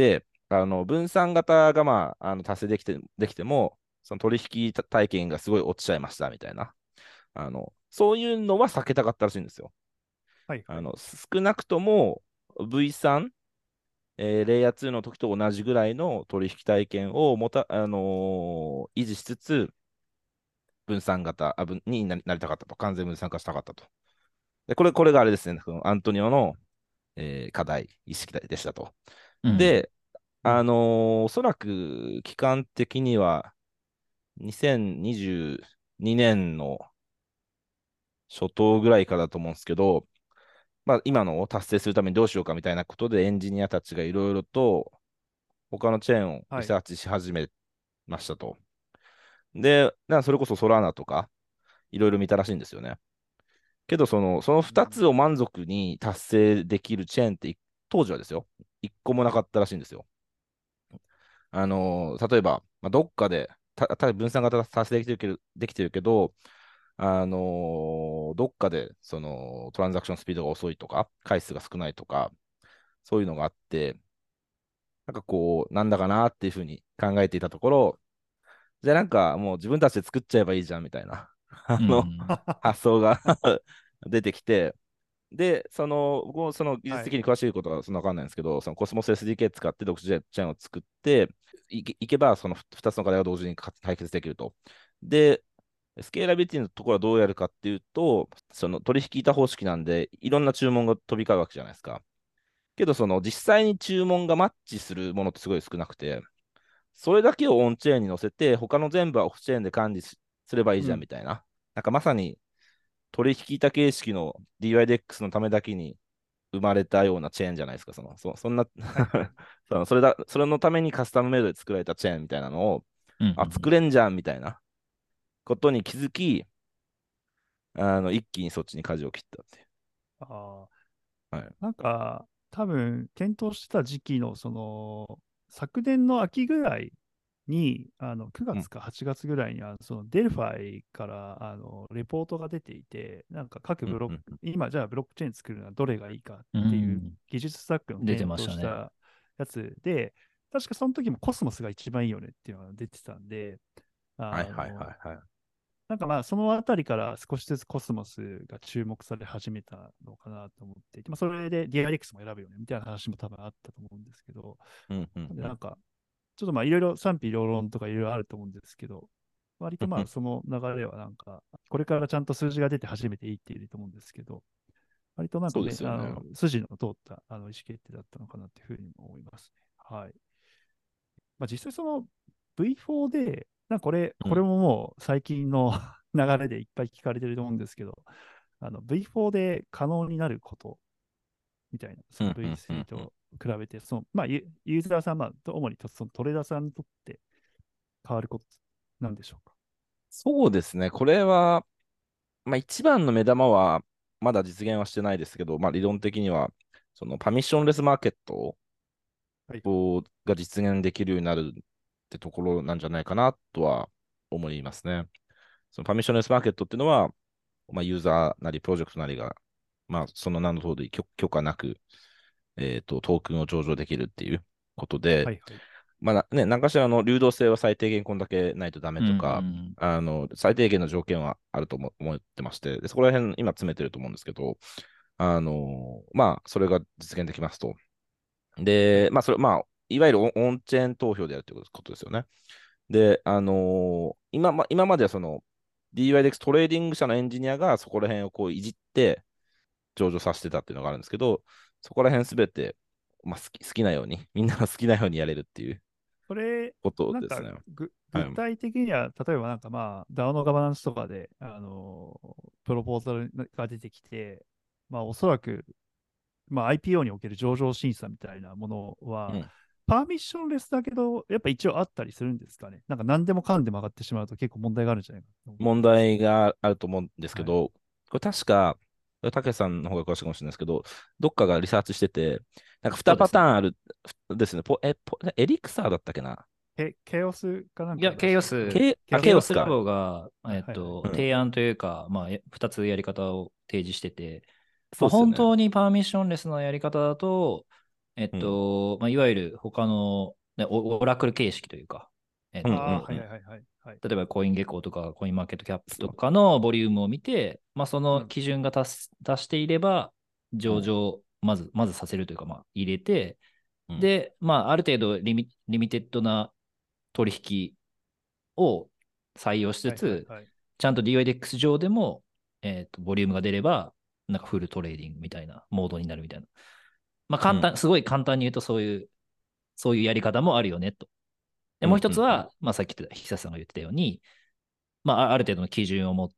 あの分散型が、まあ、あの達成できて、できても、その取引体験がすごい落ちちゃいましたみたいな、あのそういうのは避けたかったらしいんですよ。 はいはい。 あの少なくとも ブイスリー、えーレイヤーツーの時と同じぐらいの取引体験をもた、あのー維持しつつ、分散型あ分になりなりたかったと、完全分散化したかったと。で、これ、これがあれですね、このアントニオの、えー課題、意識でしたと。 うん。 で、あうん。 のーおそらく期間的にはにせんにじゅうにねんの初頭ぐらいからだと思うんですけど、まあ、今のを達成するためにどうしようかみたいなことでエンジニアたちがいろいろと他のチェーンをリはい。 サーチし始めましたと。で、なそれこそソラーナとかいろいろ見たらしいんですよね。けどその、そのふたつを満足に達成できるチェーンって当時はですよ、いっこもなかったらしいんですよ。あのー例えば、まあ、どっかで、た、た分散型達成できてるけど、できてるけど、あのーどっかで、その、トランザクションスピードが遅いとか、回数が少ないとか、そういうのがあって、なんかこう、なんだかなっていうふうに考えていたところ、じゃあなんかもう自分たちで作っちゃえばいいじゃんみたいな、あうの、 ん。 発想が出てきて、で、その、僕もその技術はい。 的に詳しいことはそんなわかんないんですけど、そのコスモス エスディーケー 使って独自チェーンを作って、いけいけばそのふたつの課題を同時にか解決できると。で、スケーラビリティのところはどうやるかっていうと、その取引板方式なんで、いろんな注文が飛び交うわけじゃないですか。けど、その実際に注文がマッチするものってすごい少なくて、それだけをオンチェーンに載せて、他の全部はオフチェーンで管理すればいいうん。 じゃんみたいな。なんかまさに取引板形式の ディーワイディーエックス のためだけに生まれたようなチェーンじゃないですか。そのそそんなはいはい。 そのそれだ、それのためにカスタムメイドで作られたチェーンみたいなのを、 うん。うあ、作ん。 れんじゃんみたいなことに気づき、あの一気にそっちに舵を切ったっていう。 ああ、 はい。 なんか、多分、検討してた時期の、その、昨年の秋ぐらいに、あの、9 うん。 月かはちがつぐらいに、あのそのデルファイから、あの、レポートが出ていて、なんか各うん。 ブロック、 うん。 今、じゃあブロックチェーン作るのはどれがいいかっうていうん。 技術スタックの出て検ましたね。 討したやつで、確かその時もコスモスが一番いいよねっていうのが出てたんで、 はいはいあの、 はいはい。 なんかまあ、そのあたりから少しずつコスモスが注目され始めたのかなと思っていて、まあ、それで ディーアイディーエックス も選ぶよねみたいな話も多分あったと思うんですけど、 うんうんうん。 なんでなんか、ちょっとまあ、いろいろ賛否両論とかいろいろあると思うんですけど、割とまあ、その流れはなんか、これからちゃんと数字が出て初めていいって言うと思うんですけど、割となんそかね、 うですよね。 あの筋の通ったあの意思決定だったのかなっていうふうにも思いますね。はい。まあ、実際その ブイフォー で、なんかこれ、 うん。 これももう最近の流れでいっぱい聞かれてると思うんですけど、あの ブイフォー で可能になることみたいな、そのうんうんうんブイスリーうん。 と比べて、そのまあ、ユユーザーさん、まあ、主にそのトレーダーさんにとって変わることなんでしょうか。 そうですね。これは、まあ、一番の目玉は、まだ実現はしてないですけど、まあ、理論的には、そのパミッションレスマーケットはいはい。 をが実現できるようになるってところなんじゃないかなとは思いますね。そのパミッションレスマーケットっていうのは、まあ、ユーザーなりプロジェクトなりが、まあ、その名の通り許許可なく、えーと、トークンを上場できるっていうことで、 はいはい。 まあなね、何かしらの流動性は最低限こんだけないとダメうん。うとか、 ん。 あの最低限の条件はあると思思ってまして、でそこら辺今詰めてると思うんですけど、あのまあ、それが実現できますと。で、 はい。 まあ、それ、まあ、いわゆるオンオンチェーン投票であるということですよね。で、あのー今ま、今まではその ディーワイディーエックス トレーディング社のエンジニアがそこら辺をこういじって上場させてたっていうのがあるんですけど、そこら辺すべて、まあ、好き、好きなように、みんなが好きなようにやれるっていうそれ、 ことなんかですね。 ぐ、 はい。 具体的には、例えばなんかまあ、ダオ のガバナンスとかで、あのプロポーザルが出てきて、まあ、おそらく、まあ、アイピーオー における上場審査みたいなものは、 うん。 パーミッションレスだけど、やっぱ一応あったりするんですかね。なんか何でもかんでも上がってしまうと結構問題があるんじゃないかと思っ問たんですけど。 題があると思うんですけはい。 ど、これ確か、たけさんの方が詳しいかもしれないですけど、どっかがリサーチしてて、なんかにパそうですね。 ターンあるですね。ポえポエリクサーだったっけな。 ケ、ケイオスかなんいや、 かが出ケイオス、 してる。 ケあ、 ケイオスか。 ケイオスラケイオスか。 ボが、 はいはいはい。 えっと、 うん。 提案というか、まあ、ふたつやり方を提示してて、まあ、 そうですよね。 本当にパーミッションレスのやり方だと、えっうん。 と、まあ、いわゆる他のね、オオラクル形式というか、えっと、 うんうんああ、はいはいはいはい。はい。 例えばコインゲコとかコインマーケットキャップとかのボリュームを見て、まあ、そのうん基準が達す達していれば、上場、まず、まずさせるというか、まあ、入れて、 うんで、まあ、ある程度リミ、リミテッドな取引を採用しつはいはいつ、 はい。 ちゃんと ディーワイディーエックス 上でも、えっと、ボリュームが出れば、なんかフルトレーディングみたいな、モードになるみたいな。まあ、簡単、すごい簡単に言うと、そういう、そういうやり方もあるよね、と。で、もう一つうんうんは、まあ、さっき言ってた、久さんが言ってたように、まあ、ある程度の基準を持って、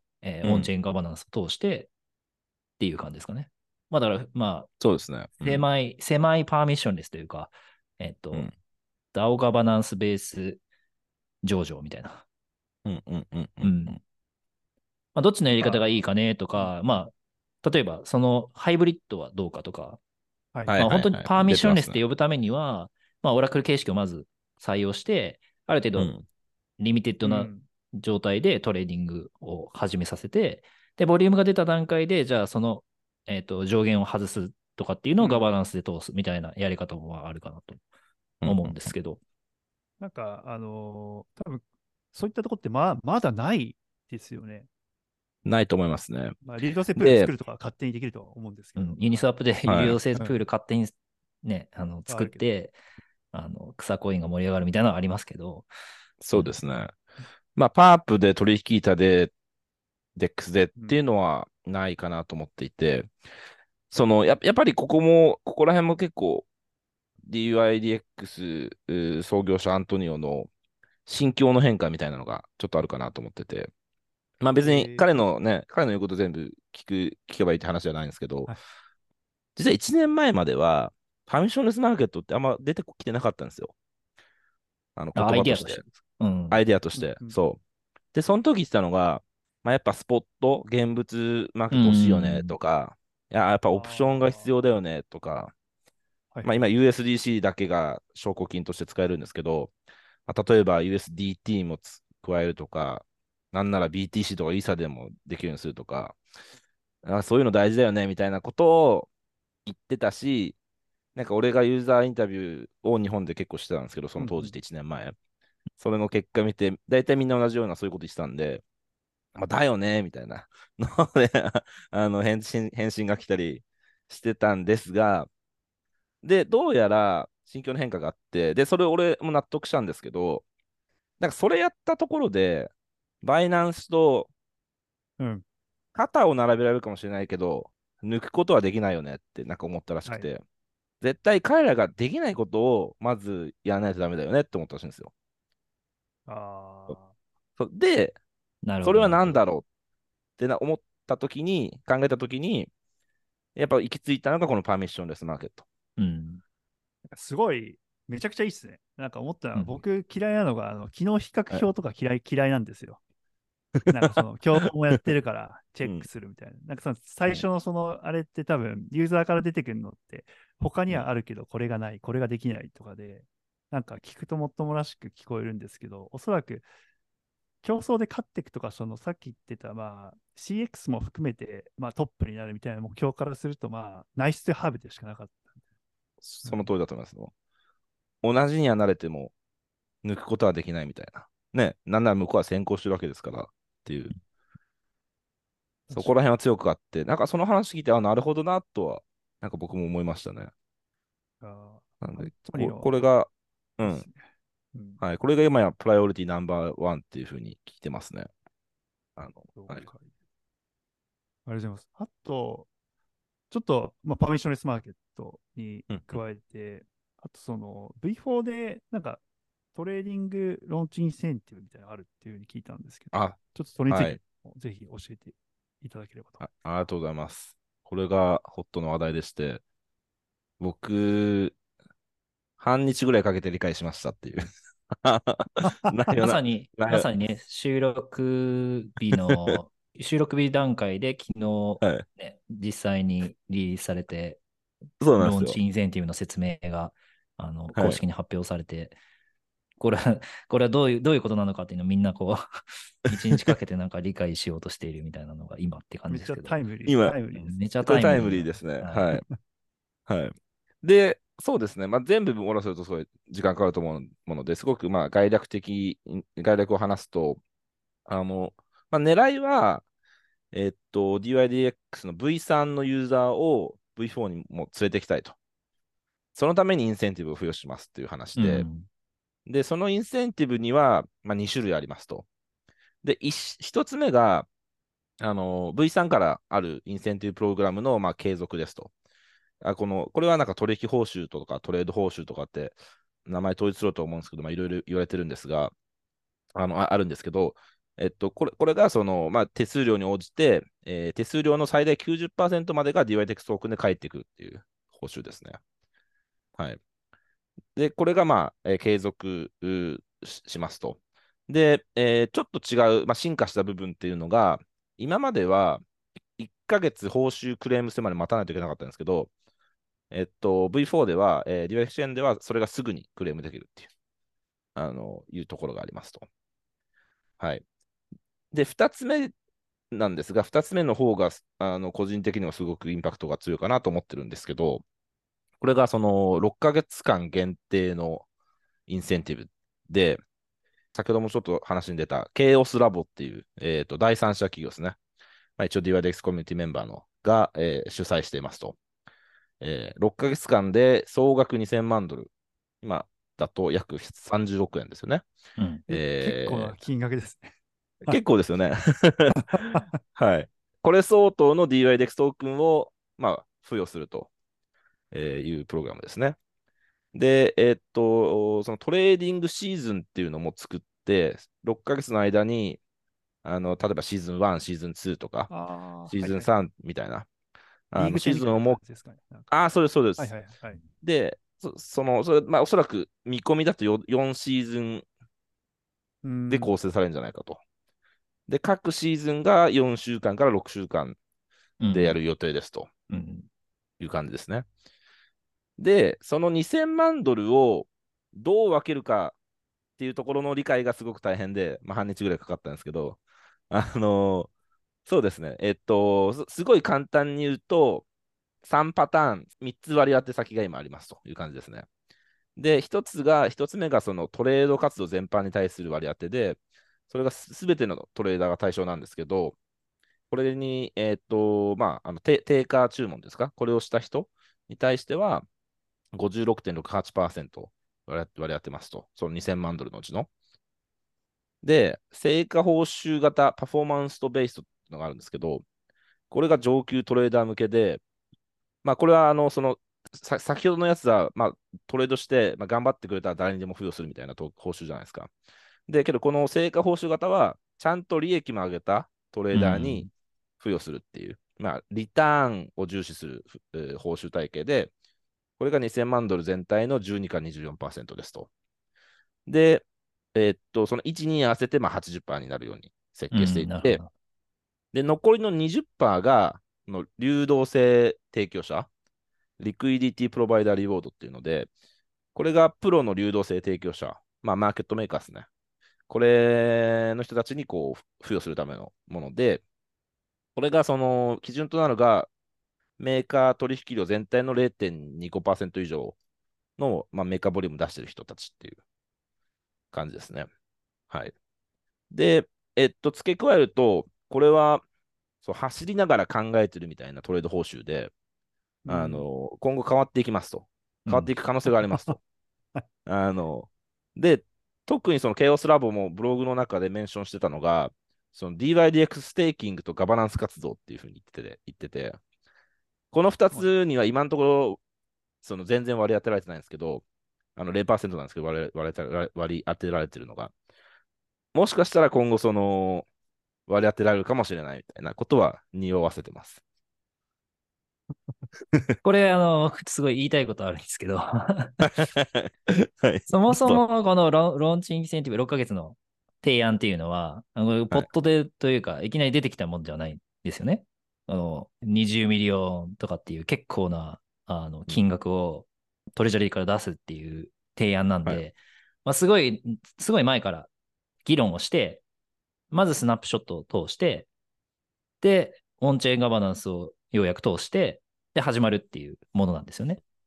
えーうんオンチェーンガバナンスを通してっていう感じですかね。まあ、だから、まあ、 そうですね。うん狭い、狭いパーミッションレスというか、えっと、 うんダオ ガバナンスベース上場みたいな。 うんうんうんううん。 んまあ、どっちのやり方がまあ、 いいかねとか、まあ、例えば、そのハイブリッドはどうかとか、 はいはいまあ、本当にはいはい。 パーミッションレス出てますね。 って呼ぶためには、まあ、オラクル形式をまず採用して、ある程度うんリミテッドなうん。 状態でトレーディングを始めさせて、で、ボリュームが出た段階で、じゃあその、えっと、上限を外すとかっていうのをガバナンスで通すみたいなやり方もあるかなと思うんですけど。 なんか、あのー多分そういったとこってま、まだないですよね。 ないと思いますね。 まあ、リード制プールで、 作るとか勝手にできるとは思うんですけど。 うん、ユニスワップではい。 有料制うんプール勝手にね、あの作っあるけど。 て、あの草コインが盛り上がるみたいなのはありますけど、 そうですね。まあ、パープで取引板で、デックスでっうん。 ていうのはないかなと思っていて、その、や、やっぱりここも、ここら辺も結構 ディーワイディーエックス うー創業者アントニオの心境の変化みたいなのがちょっとあるかなと思ってて、まあ別にえー、 彼のね、彼の言うこと全部聞く、聞けばいいって話じゃないんですけど、 はい。 実はいちねんまえまえまでは、パーミッションレスマーケットってあんま出てきてなかったんですよ。あの言あアイ葉として。 ディアとしてですか。うん。 アイデアとして。 うんうんそう。で、その時言ってたのが、まあ、やっぱスポット、現物マーうケット欲しいよねん。 とか、いや、やっぱあオプションが必あ、 要だよねとか、まあ、今はいはい。 ユーエスディーシー だけが証拠金として使えるんですけど、まあ、例えば ユーエスディーティー もつ加えるとか、なんなら ビーティーシー とかイーサでもできるようにするとか、あ、そういうの大事だよねみたいなことを言ってたし、なんか俺がユーザーインタビューを日本で結構してたんですけど、そうんうんの当時でいちねんまえ。それの結果見て、大体みんな同じようなそういうこと言ってたんで、まあ、だよねみたいなのであの返信、返信が来たりしてたんですが、で、どうやら心境の変化があって、で、それ俺も納得したんですけど、なんかそれやったところで、バイナンスとうん。 肩を並べられるかもしれないけど、抜くことはできないよねってなんか思ったらしはい。 くて、絶対彼らができないことをまずやらないとダメだよねって思ったらしいんですよ。 あそうで、 なるほど、 それはなるほど。 何だろうってな思ったときに、考えたときに、やっぱ行き着いたのがこのパーミッションレスマーケット。 うん。 あ、すごい、めちゃくちゃいいっすね。なんか思ったのは、 うん。 僕嫌いなのが、あの、機能比較はい。 表とか嫌い、嫌いなんですよ。なんかその、競合もやってるからチェックうん。 するみたいな。なんかその、最初うん。 のその、あれって多分、ユーザーから出てくるのって、他にうん。 はあるけど、これがない、これができないとかで、なんか聞くともっともらしく聞こえるんですけど、おそらく競争で勝っていくとか、そのさっき言ってた、まあ、シーエックス も含めて、まあ、トップになるみたいな目標からすると、まあ、ナイスとハーブでしかなかった。うん。 その通りだと思いますよ。同じにはなれても抜くことはできないみたいな。ね、なんなら向こうは先行してるわけですからっていう、そこら辺は強くあって、なんかその話聞いて、あ、なるほどなとは、なんか僕も思いましたね。 あなんで、 アントニこ、こオ、 れが、うん、 いいっすね。うん。 はい、これが今やプライオリティナンバーワンっていうふうに聞いてますね。あの、はい。 了解。ありがとうございます。あと、ちょっと、まあ、パーミッションレスマーケットにうん、うん。 加えて、あとその ブイフォー でなんかトレーディングローンチインセンティブみたいなのがあるっていうふうに聞いたんですけど、 あ、 ちょっとそれについてはい。 もぜひ教えていただければと思あ、 いありがとうございます。これがホットの話題でして、僕、半日ぐらいかけて理解しましたっていう内容な、 まさに、 内容、 まさにね、収録日の、収録日段階で昨日、 はい。 ね、実際にリリースされて、ローンチそうなんですよ。 インセンティブの説明があのはい。 公式に発表されて、これは、これはどういう、どういうことなのかっていうのをみんなこう、一日かけてなんか理解しようとしているみたいなのが今ってう。めっちゃ感じですけど、 タイムリー、 今、 タイムリーですね。 めちゃこれタイムタイムリーな。 リーですね。 はい。 はい。はい。 で、そうですね、まあ、全部網羅するとすごい時間かかると思うものですごくまあ概略的、概略を話すと、あの、まあ、狙いは、えっと、ディーワイディーエックス の ブイスリー のユーザーを ブイフォー にも連れてきたいと。そのためにインセンティブを付与しますっていう話で、 うん。 で、そのインセンティブには、まあ、に種類ありますと。で、一つ目が、あの、ブイスリー からあるインセンティブプログラムの、まあ、継続ですと。あこの、これはなんか取引報酬とかトレード報酬とかって名前統一しろと思うんですけど、まあ、いろいろ言われてるんですが、あの、ああるんですけど、えっと、これ、これがその、まあ、手数料に応じて、えー手数料の最大きゅうじゅっパーセントまでが ディーワイディーエックス トークンで返ってくるっていう報酬ですね。はい。で、これがまあ、えー継続ししますと。で、えーちょっと違う、まあ、進化した部分っていうのが、今まではいっかげつ報酬クレームしてまで待たないといけなかったんですけど、えっと、ブイフォー では、えー、ディバイスチェーンではそれがすぐにクレームできるっていう、あの、いうところがありますと。はい。で、ふたつめなんですが、ふたつめの方が、あの、個人的にはすごくインパクトが強いかなと思ってるんですけど、これがそのろっかげつかん限定のインセンティブで、先ほどもちょっと話に出た、ケイオスラボっていう、えーと、第三者企業ですね。まあ、一応 ディーワイディーエックス コミュニティメンバーのが、えー主催していますと。えーろっかげつかんで総額にせんまんドル。今だと約さんじゅうおくえんですよね。 うん。 え、結構えな金額ですね。 ー結構ですよね。はい。これ相当の ディーワイディーエックス トークンを、まあ、付与するというプログラムですね。で、えーっと、そのトレーディングシーズンっていうのも作って、ろっかげつの間に、あの、例えばシーズンワン、シーズンツーとか、 ああ、 シーズンはいはいはい。 スリーみたいな、あの、 リーグ戦みたいな感シーズンをも、 じですかね。なんか。 ああ、そうです、そうではいす。 はいはい。 で、そ、その、それ、まあ、おそらく見込みだとよよんシーズンうーん。 で構成されるんじゃないかと。で、各シーズンがよんしゅうかんかんからろくしゅうかんでやうん。 る予定ですとうん。 いう感じですね。で、そのにせんまんドルをどう分けるかっていうところの理解がすごく大変で、まあ、半日ぐらいかかったんですけど、あのそうですね。えっと、すすごい簡単に言うと、さんパターン、みっつ割り当て先が今ありますという感じですね。で、ひとつが、一つ目がそのトレード活動全般に対する割り当てで、それがすべてのトレーダーが対象なんですけど、これに、えっと、まあ、あの定定価注文ですか、これをした人に対しては、ごじゅうろくてんろくはちパーセント割り割り当てますと。そのにせんまんドルのうちの。で、成果報酬型パフォーマンスとベースというのがあるんですけど、これが上級トレーダー向けで、まあ、これは、あの、その、さ先ほどのやつは、まあ、トレードして、まあ、頑張ってくれたら誰にでも付与するみたいなと報酬じゃないですか。で、けど、この成果報酬型は、ちゃんと利益も上げたトレーうダーにん。 付与するっていう、まあ、リターンを重視する、えー報酬体系で、これがにせんまんドル全体のじゅうにからにじゅうよんパーセントですと。で、えーっと、そのいちに合わせてまあはちじゅっパーセントになるように設計していうん。 って、 なるほど。 で、残りのにじゅっパーセントが、の流動性提供者、リクイディティプロバイダーリウォードっていうので、これがプロの流動性提供者、まあ、マーケットメーカーですね。これの人たちにこう付与するためのもので、これがその基準となるが、メーカー取引量全体のれいてんにごパーセント以上の、まあ、メーカーボリューム出してる人たちっていう感じですね。はい。で、えっと、付け加えると、これはそう走りながら考えてるみたいなトレード報酬で、あうん。 の今後変わっていきますと。変わってうん。 いく可能性がありますと。あの、で、特にその ケーオス ラボもブログの中でメンションしてたのが、その ディーワイディーエックス ステーキングとガバナンス活動っていうふうに言ってて、言ってて、このふたはい。 つには今のところ、その全然割り当てられてないんですけど、あのゼロパーセントなんですけど割り、割り割り当てられてるのが、もしかしたら今後その割り当てられるかもしれないみたいなことは匂わせてます。 これ、あの、すごい言いたいことあるんですけど、 はい。 そもそそう。 もこのロローンチインセンティブろっかげつの提案っていうのは、あのポはい。 ットでというか、いきなり出てきたもんじゃないんですよね。あの、にじゅうミリオンとかっていう結構なあのうん。 金額をトレジャリーから出すっていう提案なんはい。 で、まあ、すごい、すごい前から議論をして、まずスナップショットを通して、で、オンチェーンガバナンスをようやく通して、で、始まるっていうものなんですよね。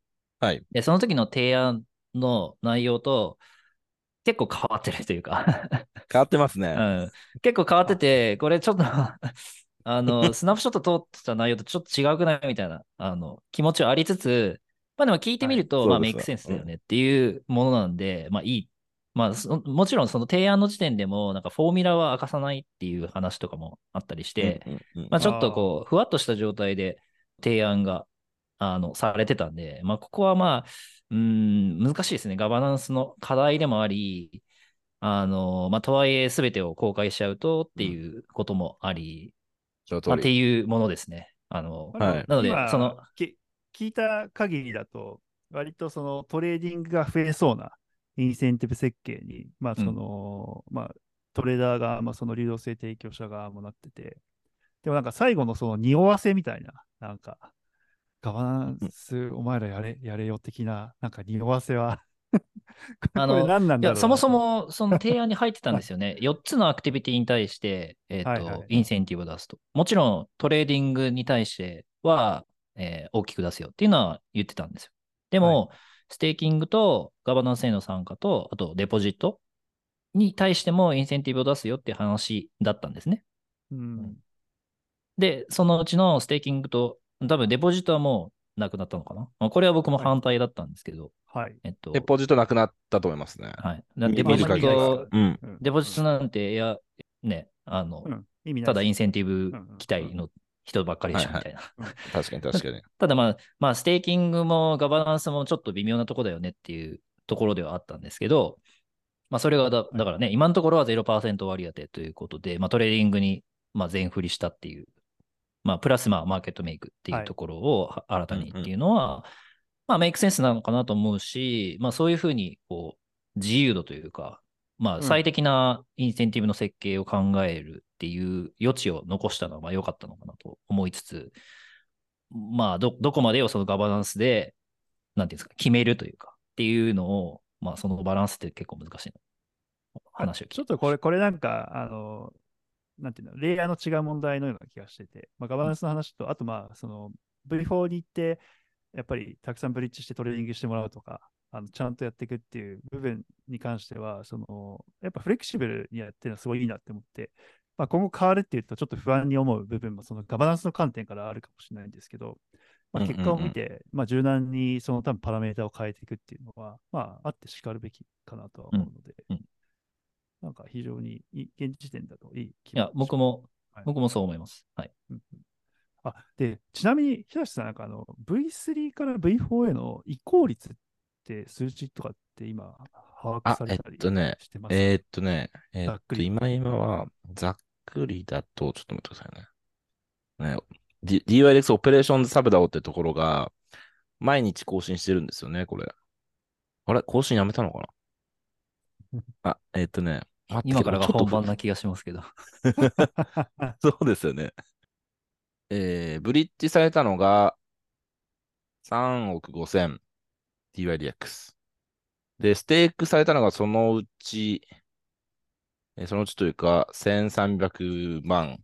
はい。 で、その時の提案の内容と結構変わってるというか変わってますね。 うん、結構変わってあ、 て、これちょっとあの、スナップショット通ってた内容とちょっと違うくないみたいな、あの、気持ちはありつつ、まあでも聞いてはい。 みると、まあメイクそうですね。うん。 センスだよねっていうものなんで、まあいい。まあそもちろんその提案の時点でも、なんかフォーミュラは明かさないっていう話とかもあったりしうんて、 うんうん。 まあちょっとあこう、ふわっとした状態で提案が、あの、されてたんで、まあここはまあ、うーん、難しいですね。ガバナンスの課題でもあり、あの、まあとはいえ全てを公開しちゃうとってうん。 いうこともあり、まあ、ってその通り。 いうものですね。あの、 あ、でもはい。 なので、そ今、 の、 き聞いた限りだと、割とそのトレーディングが増えそうなインセンティブ設計に、まあそうん、 の、まあトレーダーが、まあその流動性提供者側もなってて、でもなんか最後のその匂わせみたいな、なんかガバナンうん。 スお前らやれ、やれよ的な、なんか匂わせはあの、 これ何なんいや、そもだろうなと。 そも、その提案に入ってたんですよね。よっつのアクティビティに対して、えっと、 はいはい。 インセンティブを出すと。もちろん、トレーディングに対しては、えー大きく出すよっていうのは言ってたんですよ。ではい。 も、ステーキングとガバナンスへの参加と、あと、デポジットに対してもインセンティブを出すよっていう話だったんですね。うんうん。 で、そのうちのステーキングと、多分デポジットはもうなくなったのかな。まあこれは僕もはい。 反対だったんですけど、 はい。 えっと、 デポジットなくなったと思いますね。 はい。だみデポジッまああんま意味ないですからト、 ね。 短いから。うん。 うん。 デポジットうん。 なんて、いや、ね、あの、 うん。意味ないですよね。 ただインセンティブうん。 期うん。 待の人ばっかりでしょ、 はいはい。 みたいな。 うん。 確かに確かに。 ただまあ、まあ、ステーキングもガバナンスもちょっと微妙なとこだよねっていうところではあったんですけど、まあ、それがだ、 はい。 だからね、今のところはゼロパーセント割当ということで、まあ、トレーディングに、まあ、全振りしたっていう、まあ、プラスまあ、マーケットメイクっていうはい。 ところをは新うんうん。 たにっていうのは、まあ、メイクセンスなのかなと思うし、まあ、そういうふうに、こう、自由度というか、まあ、 うん。 最適なインセンティブの設計を考えるっていう余地を残したのは、まあ、良かったのかなと思いつつ、まあ、ど、どこまでをそのガバナンスで、なんていうんですか、決めるというか、っていうのを、まあ、そのバランスって結構難しいな、 あ、 話を聞ちょっとこれ、 いてました。 これなんか、あの、なんていうの、レイヤーの違う問題のような気がしてて、まあ、ガバナンスの話と、あとまあ、その ブイフォー に行って、やっぱりたくさんブリッジしてトレーニングしてもらうとか、あのちゃんとやっていくっていう部分に関しては、そのやっぱフレキシブルにやってるのはすごいいいなって思って、まあ、今後変わるっていうとちょっと不安に思う部分もそのガバナンスの観点からあるかもしれないんですけど、まあ、 うんうん結果をうん。 見て、まあ、柔軟にその多分パラメータを変えていくっていうのは、まあ、あってしかるべきかなとはうん。 思うので、 うん。いなんか非常にいい現時点だといい気や、 もします。 僕も、 はい。 僕もそう思います。はい。 うんうん。あ、で、ちなみに、平瀬さん、なんかあの、ブイスリー から ブイフォー への移行率って数値とかって今、把握あ、えっされたりとね、 してますか？ えーっとね、えーっと、 ざっくり。 今今は、ざっくりだと、ちょっと待ってくださいね。ね、D- ディーワイディーエックス オペレーションズサブダオってところが、毎日更新してるんですよね、これ。あれ更新やめたのかなあ、えーっとね、待ってけど、 今からがちょっとふ、 本番な気がしますけど。 そうですよね。えー、ブリッジされたのがさんおくごせん ディーワイディーエックス。で、ステークされたのがそのうち、えーそのうちというか、せんさんびゃくまん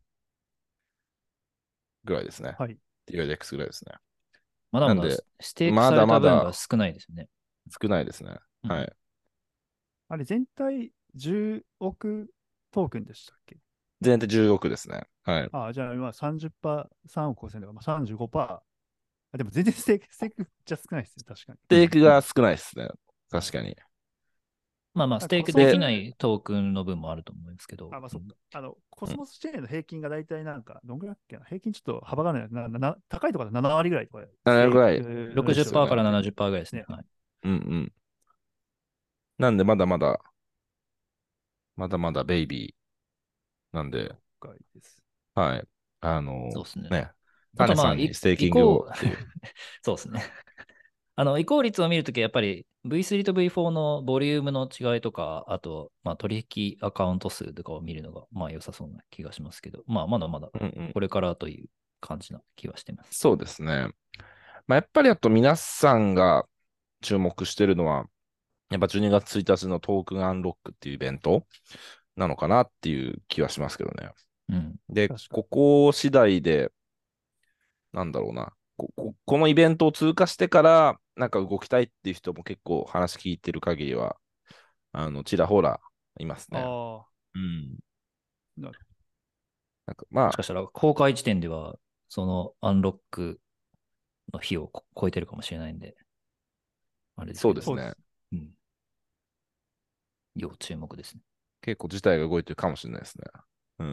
ぐらいですね。 はい。 ディーワイディーエックス ぐらいですね。 まだまだスなんで、 ステークまされただまだ分が少ないですよね。 少ないですね。 うん。 はい。 あれ、全体じゅうおくトークンでしたっけ？ 全体じゅうおくですね。はい。スああ、じゃあ今さんじゅっパーセント、さんおくごせんだから、まあ、さんじゅうごパーセント。あ、でも全然ステーク、ステークじゃ少ないですね、確かに。 テーうん。 クが少ないですね。 はい。 確かに。 まあまあ、スあ、 テーコスモス、 クできないトークンの分もあると思いますけど。 あ、まあうん。 そっか。あの、コうん。 スモスチェーンの平均が大体なんか、どんぐらいだっけな、平均ちょっと幅がないな、なな高いところでなな割ぐらいとかで、ステーななぐらいですよクろくじゅっパーセントかね。 らで、 ななじゅっパーセントぐらいですね。 ね。 はい。 うんうん。なんで、まだまだ、まだまだベイビーなんで、 了解です。 はい。あのそうですね。 ね、 あとまあ、 タネさんにいステーキングを移行、 っていう。 そうですね。あの、移行率を見るときはやっぱり ブイスリー と ブイフォー のボリュームの違いとか、あと、まあ、取引アカウント数とかを見るのが、まあ、良さそうな気がしますけど、まあ、まだまだうんうん。 これからという感じな気はしてます。 そうですね。まあ、やっぱりあと皆さんが注目してるのは、やっぱじゅうにがつついたちのトークンアンロックっていうイベントなのかなっていう気はしますけどね。 うん。 で、 確かに。 ここ次第で、なんだろうな。こ、ここのイベントを通過してから、 なんか動きたいっていう人も結構話聞いてる限りは、あの、ちらほらいますね。 ああ、 うん。 なるなんかまあ、 もしかしたら公開時点では、そのアンロックの日をこ超えてるかもしれないんで、あれですけど、 そうですね。 そうです。 うん、要注目ですね。 結構事態が動いてるかもしれないですね。うん。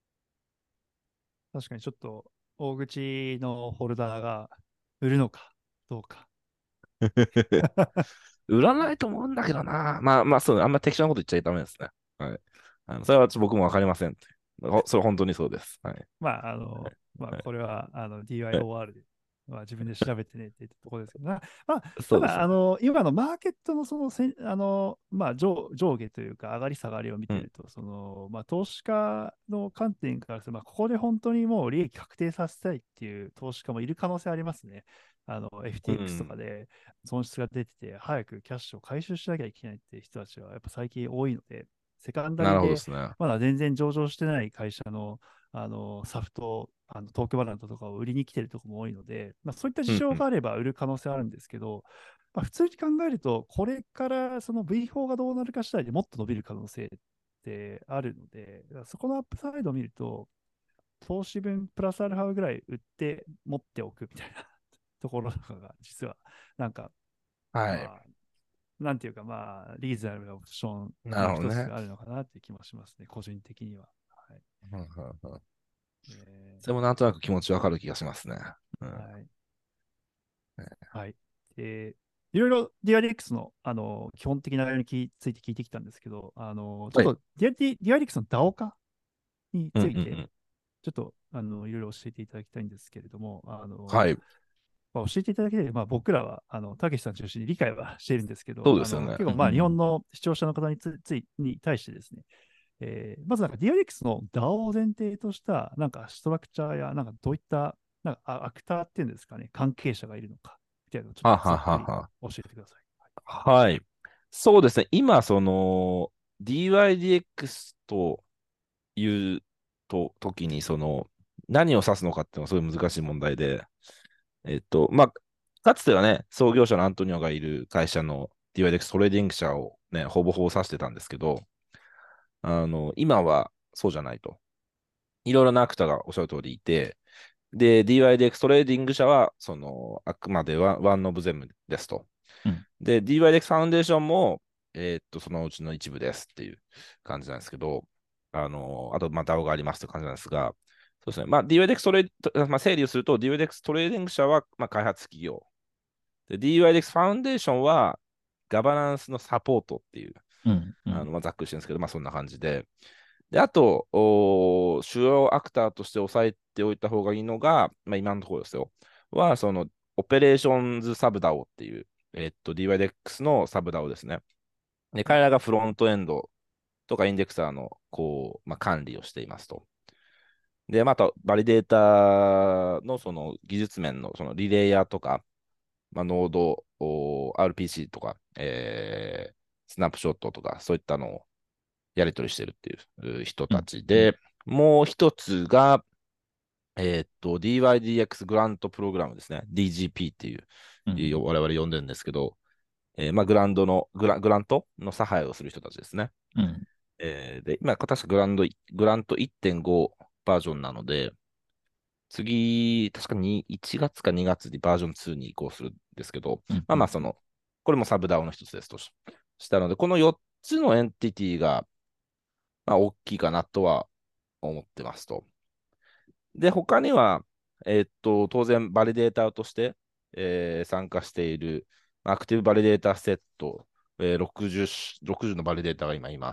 確かにちょっと大口のホルダーが売るのかどうか。 売らないと思うんだけどな。まあまあ、そう、あんま適当なこと言っちゃダメですね。はい。あのそれは僕もわかりませんって。ほそれ本当にそうです。はい。 まあ、あの、まあ、 はい。 これは、あの、 はいディーワイオーアール で、まあ、自分で調べてねって言ったところですけど、まあ、まあ、ただ、 そうですね。 あの、今のマーケットのそのせん、あの、まあ上、上下というか、上がり下がりを見うん。 てると、その、まあ、投資家の観点からすると、まあ、ここで本当にもう利益確定させたいっていう投資家もいる可能性ありますね。あの、 うエフティーエックス とかん。 で損失が出てて、早くキャッシュを回収しなきゃいけないっていう人たちは、やっぱ最近多いので、セカンダなるほどでリで、 すね。 まだ全然上場してない会社のあの、サフト、あの東京バラントとかを売りに来てるところも多いので、まあ、そういったうんうん。 事情があれば売る可能性はあるんですけど、まあ、普通に考えると、これからその ブイフォー がどうなるか次第でもっと伸びる可能性ってあるので、そこのアップサイドを見ると、投資分プラスアルファぐらい売って持っておくみたいなところとかが、実は、なんか、 はい。 まあ、なんていうか、まあ、リーズナブルなオプションなるほどね。 の一つがあるのかなっていう気もしますね、個人的には。はい。 うんうんうん。 えそれもなんとなく気持ちわかる気がしますね。うん。 ーはい。はい。で、いろいろ ディーアイディーエックス の、あの基本的な内容にきついて聞いてきたんですけど、あのちょっはい。 と ディーアイディーエックス の ダオ 化にうんうついて、 んうん。 ちょっとあのいろいろ教えていただきたいんですけれども、あのはい。 まあ、教えていただければ、まあ、僕らは、あの、たけしさん中心に理解はしているんですけど、あの、 そうですよね。 結構、まあ、日本うん。 の視聴者の方につついに対してですね、えーまずなんか ディーアイディーエックス の ダオ を前提とした、なんかストラクチャーや、なんかどういった、なんかあアクターっていうんですかね、関係者がいるのか、みたいなのをちょっとざははっくりはは。 教えてください。 はい。そうですね。今、その ディーワイディーエックス というと、時に、その、何を指すのかっていうのはすごい難しい問題で、えっと、まあ、かつてはね、創業者のアントニオがいる会社の ディーワイディーエックス トレーディング社をね、ほぼほぼ指してたんですけど、あの、今はそうじゃないと。いろいろなアクターがおっしゃる通りいて、で、ディーワイディーエックス トレーディング社は、その、あくまでワンワンオブゼムですと。 うん。 で、ディーワイディーエックス ファウンデーションも、えーっと、そのうちの一部ですっていう感じなんですけど、あの、あと、まあ、ダオ がありますという感じなんですが、そうですね。まあ、ディーワイディーエックス トレード、まあ、整理をすると、ディーワイディーエックス トレーディング社は、まあ、開発企業。で、ディーワイディーエックス ファウンデーションは、ガバナンスのサポートっていう、 うん。うん。 あの、まあ、ざっくりしてるんですけど、まあ、そんな感じで、で、あと、お主要アクターとして押さえておいた方がいいのが、まあ、今のところですよ。は、その、オペレーションズサブダオっていう、えっと、ディーワイディーエックス のサブダオですね。で、彼らがフロントエンドとかインデクサーの、こう、まあ、管理をしていますと。で、また、バリデータのその技術面のそのリレイヤーとか、まあ、ノード、お アールピーシー とか、えー、スナップショットとか、そういったのをやり取りしてるっていう人たうん。うん。 ちで、もう一つが、えーっと、ディーワイディーエックス グラントプログラムですね。ディージーピー っていう、 うん。 我々呼んでるんですけど、えーまあ、グランドのグラ、グラントの差配をする人たちですね。 うん。 えーで、今、確かグランド、グラントいってんごバージョンなので、次、確かにいちがつかにがつにバージョンツーに移行するんですけど、 うん。 まあまあ、その、これもサブダオの一つですとししたので、このよっつのエンティティが、まあ、大きいかなとは思ってますと。で、他には、えーっと、当然、バリデーターとして、えー参加している、アクティブバリデータセット、えーろくじゅう、ろくじゅうのバリデータが今います。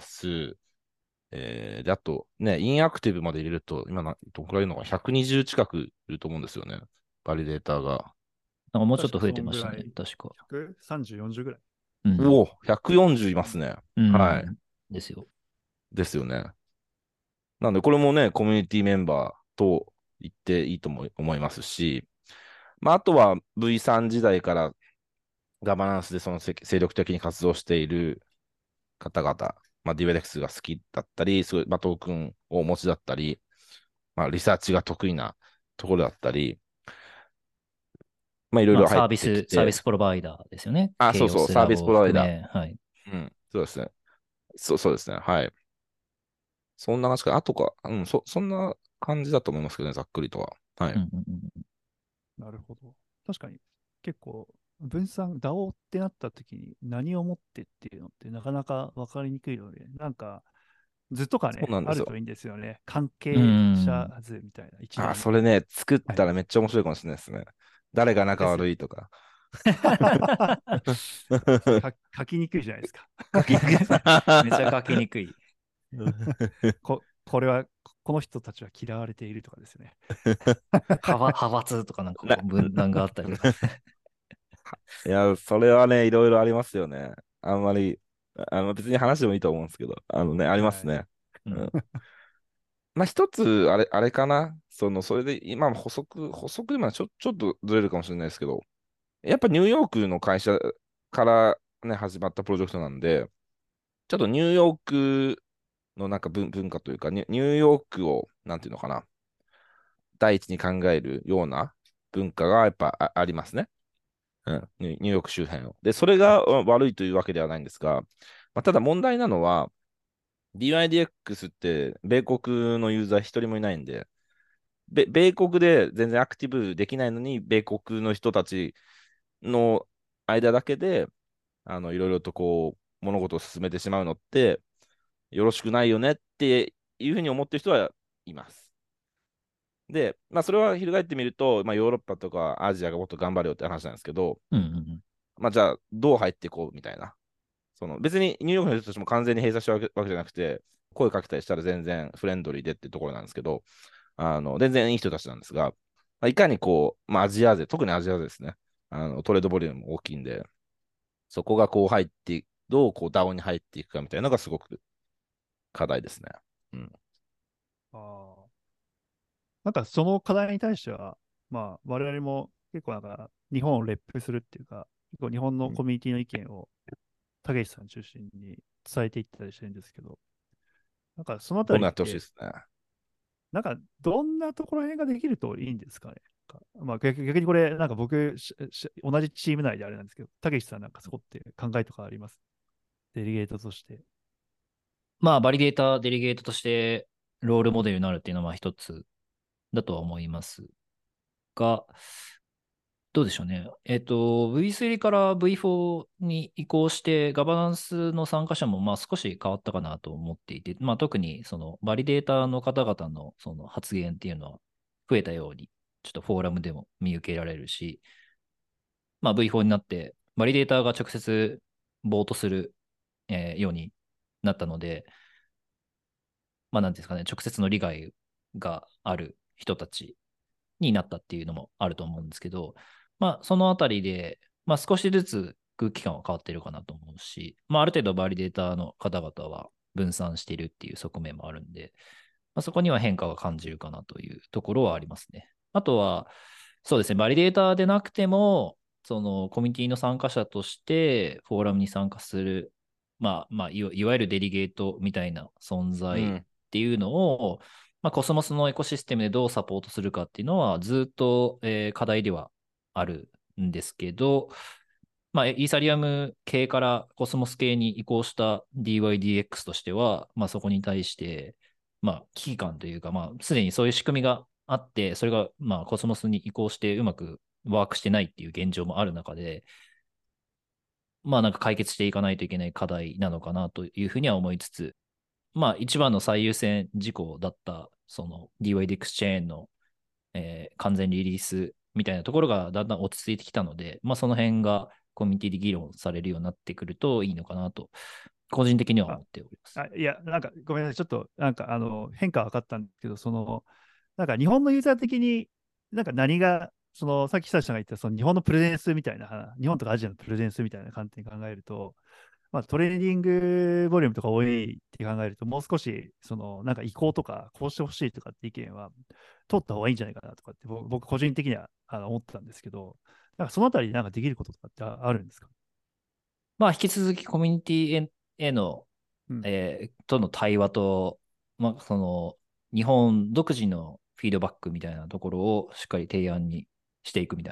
えーで、あと、ね、インアクティブまで入れると、今な、どのくらいいるのか、ひゃくにじゅう近くいると思うんですよね。バリデーターが。 なんかもうちょっ確かと増えそんぐらい、 てましたね。確か。 ひゃくさんじゅう、よんじゅうぐらい。 うん。 おお、ひゃくよんじゅういますね。 うはい。 ん。ですよ。 ですよね。なんで、これもね、コミュニティメンバーと言っていいと思い思いますし、まあ、あとは ブイスリー 時代からガバナンスでそのせ精力的に活動している方々、まあ、ディベレックスが好きだったり、すごい、まあ、トークンをお持ちだったり、まあ、リサーチが得意なところだったり、 まあいろいまあ、 ろ入っサービス、サービてきて、 スプロバイダーですよね。 あ、 ケイオそうそう、サービスプスラボをロバイダ含め。はい。 ー。うん、そうですね。そう、そうですね。はい。そんな感じか、あとか、うん、そ、そんな感じだと思いますけどね、ざっくりとは。はい。 うんうんうん。 なるほど。確かに、結構、分散、ダオ ってなった時に何をもってっていうのってなかなか分かりにくいので、なんか、図とかそうね、 なんですよ。 あるといいんですよね。関う係者ん。 図みたいな、一あ、 覧みたいな。 それね、作っはい。 たらめっちゃ面白いかもしれないですね。誰が仲ですよね。 悪いとか。 それ書書きにくいじゃないですか。 書きにくい。 めちゃ書きにくい。 こ、これは、この人たちは嫌われているとかですよね。 派閥派閥とかなんかな、 こう分断があったりとか。 いや、それはね、いろいろありますよね。あんまり、あの、別に話してもいいと思うんですけど、あのね、ありますはい。 ね。 うん。 うん。まあ、一つ、あれ、あれかな。その、それで、今、補足、補足で、まあ、ちょ、ちょっとずれるかもしれないですけど、やっぱニューヨークの会社からね、始まったプロジェクトなんで、ちょっとニューヨークのなんか文、文化というか、ニュ、ニューヨークを、なんていうのかな、第一に考えるような文化がやっぱあ、ありますね。うん、ニュニューヨーク周辺を。で、それがうん悪いというわけではないんですが、まあ、ただ問題なのは、ディーワイディーエックス って米国のユーザー一人もいないんで、べ米国で全然アクティブできないのに、米国の人たちの間だけで、あの、いろいろとこう、物事を進めてしまうのって、よろしくないよねっていうふうに思ってる人はいます。で、まあ、それは翻ってみると、まあ、ヨーロッパとかアジアがもっと頑張れよって話なんですけど、 うんうんうん。 まあ、じゃあ、どう入っていこうみたいな。その別にニューヨークの人たちも完全に閉鎖したわけわけじゃなくて、声かけたりしたら全然フレンドリーでっていうところなんですけど、あの全然いい人たちなんですが、まあ、いかにこう、まあ、アジア勢、特にアジア勢ですね、あのトレードボリュームも大きいんで、そこがこう入ってどうこうダウンに入っていくかみたいなのがすごく課題ですね。うん。 ああ。なんかその課題に対しては、まあ、我々も結構なんか日本をレップするっていうか、結構日本のうん、 コミュニティの意見をたけしさん中心に伝えていったりしてるんですけど、なんかそのあたどんどんやってほしいでりって、 すね。 なんかどんなところへんができるといいんですかね。なんかまあ逆逆にこれ、なんか僕しし同じチーム内であれなんですけど、たけしさんなんかそこって考えとかあります？デリゲートとして。 まあ、バリデータ、デリゲートとしてロールモデルになるっていうのは一つだとは思いますが、どうでしょうね。えっと、ブイスリー から ブイフォー に移行して、ガバナンスの参加者もまあ少し変わったかなと思っていて、まあ、特にそのバリデータの方々のその発言っていうのは増えたように、ちょっとフォーラムでも見受けられるし、まあ、ブイフォー になって、バリデータが直接ボートする、えーようになったので、まあ、なんていうんですかね、直接の利害がある人たちになったっていうのもあると思うんですけど、まあ、そのあたりで、まあ、少しずつ空気感は変わってるかなと思うし、まあ、ある程度バリデータの方々は分散しているっていう側面もあるんで、まあ、そこには変化が感じるかなというところはありますね。あとは、そうですね、バリデータでなくても、そのコミュニティの参加者としてフォーラムに参加する、まあ、まあ、いわいわゆるデリゲートみたいな存在っうん。 ていうのを、まあ、コスモスのエコシステムでどうサポートするかっていうのはずっと、えー課題ではあるんですけど、まあ、イーサリアム系からコスモス系に移行した ディーワイディーエックス としては、まあ、そこに対して、まあ、危機感というか、まあ、すでにそういう仕組みがあって、それが、まあ、コスモスに移行してうまくワークしてないっていう現状もある中で、まあ、なんか解決していかないといけない課題なのかなというふうには思いつつ、まあ、一番の最優先事項だった、その ディーワイディーエックス チェーンの、えー完全リリースみたいなところがだんだん落ち着いてきたので、まあ、その辺がコミュニティで議論されるようになってくるといいのかなと、個人的にはあ、 思っております。 あいや、なんかごめんなさい。ちょっとなんかあの変化は分かったんですけど、その、なんか日本のユーザー的に、なんか何が、そのさっき久志さんが言ったその日本のプレゼンスみたいな話、日本とかアジアのプレゼンスみたいな観点で考えると、まあ、トレーディングボリュームとか多いって考えると、もう少し、その、なんか移行とか、こうしてほしいとかって意見は、取った方がいいんじゃないかなとかって、僕、僕個人的にはあの思ってたんですけど、なんかそのあたりなんかできることとかってああるんですか？ まあ、引き続きコミュニティへへの、 うん。 えーとの対話と、まあ、その、日本独自のフィードバックみたいなところをしっかり提案にしていくみたいな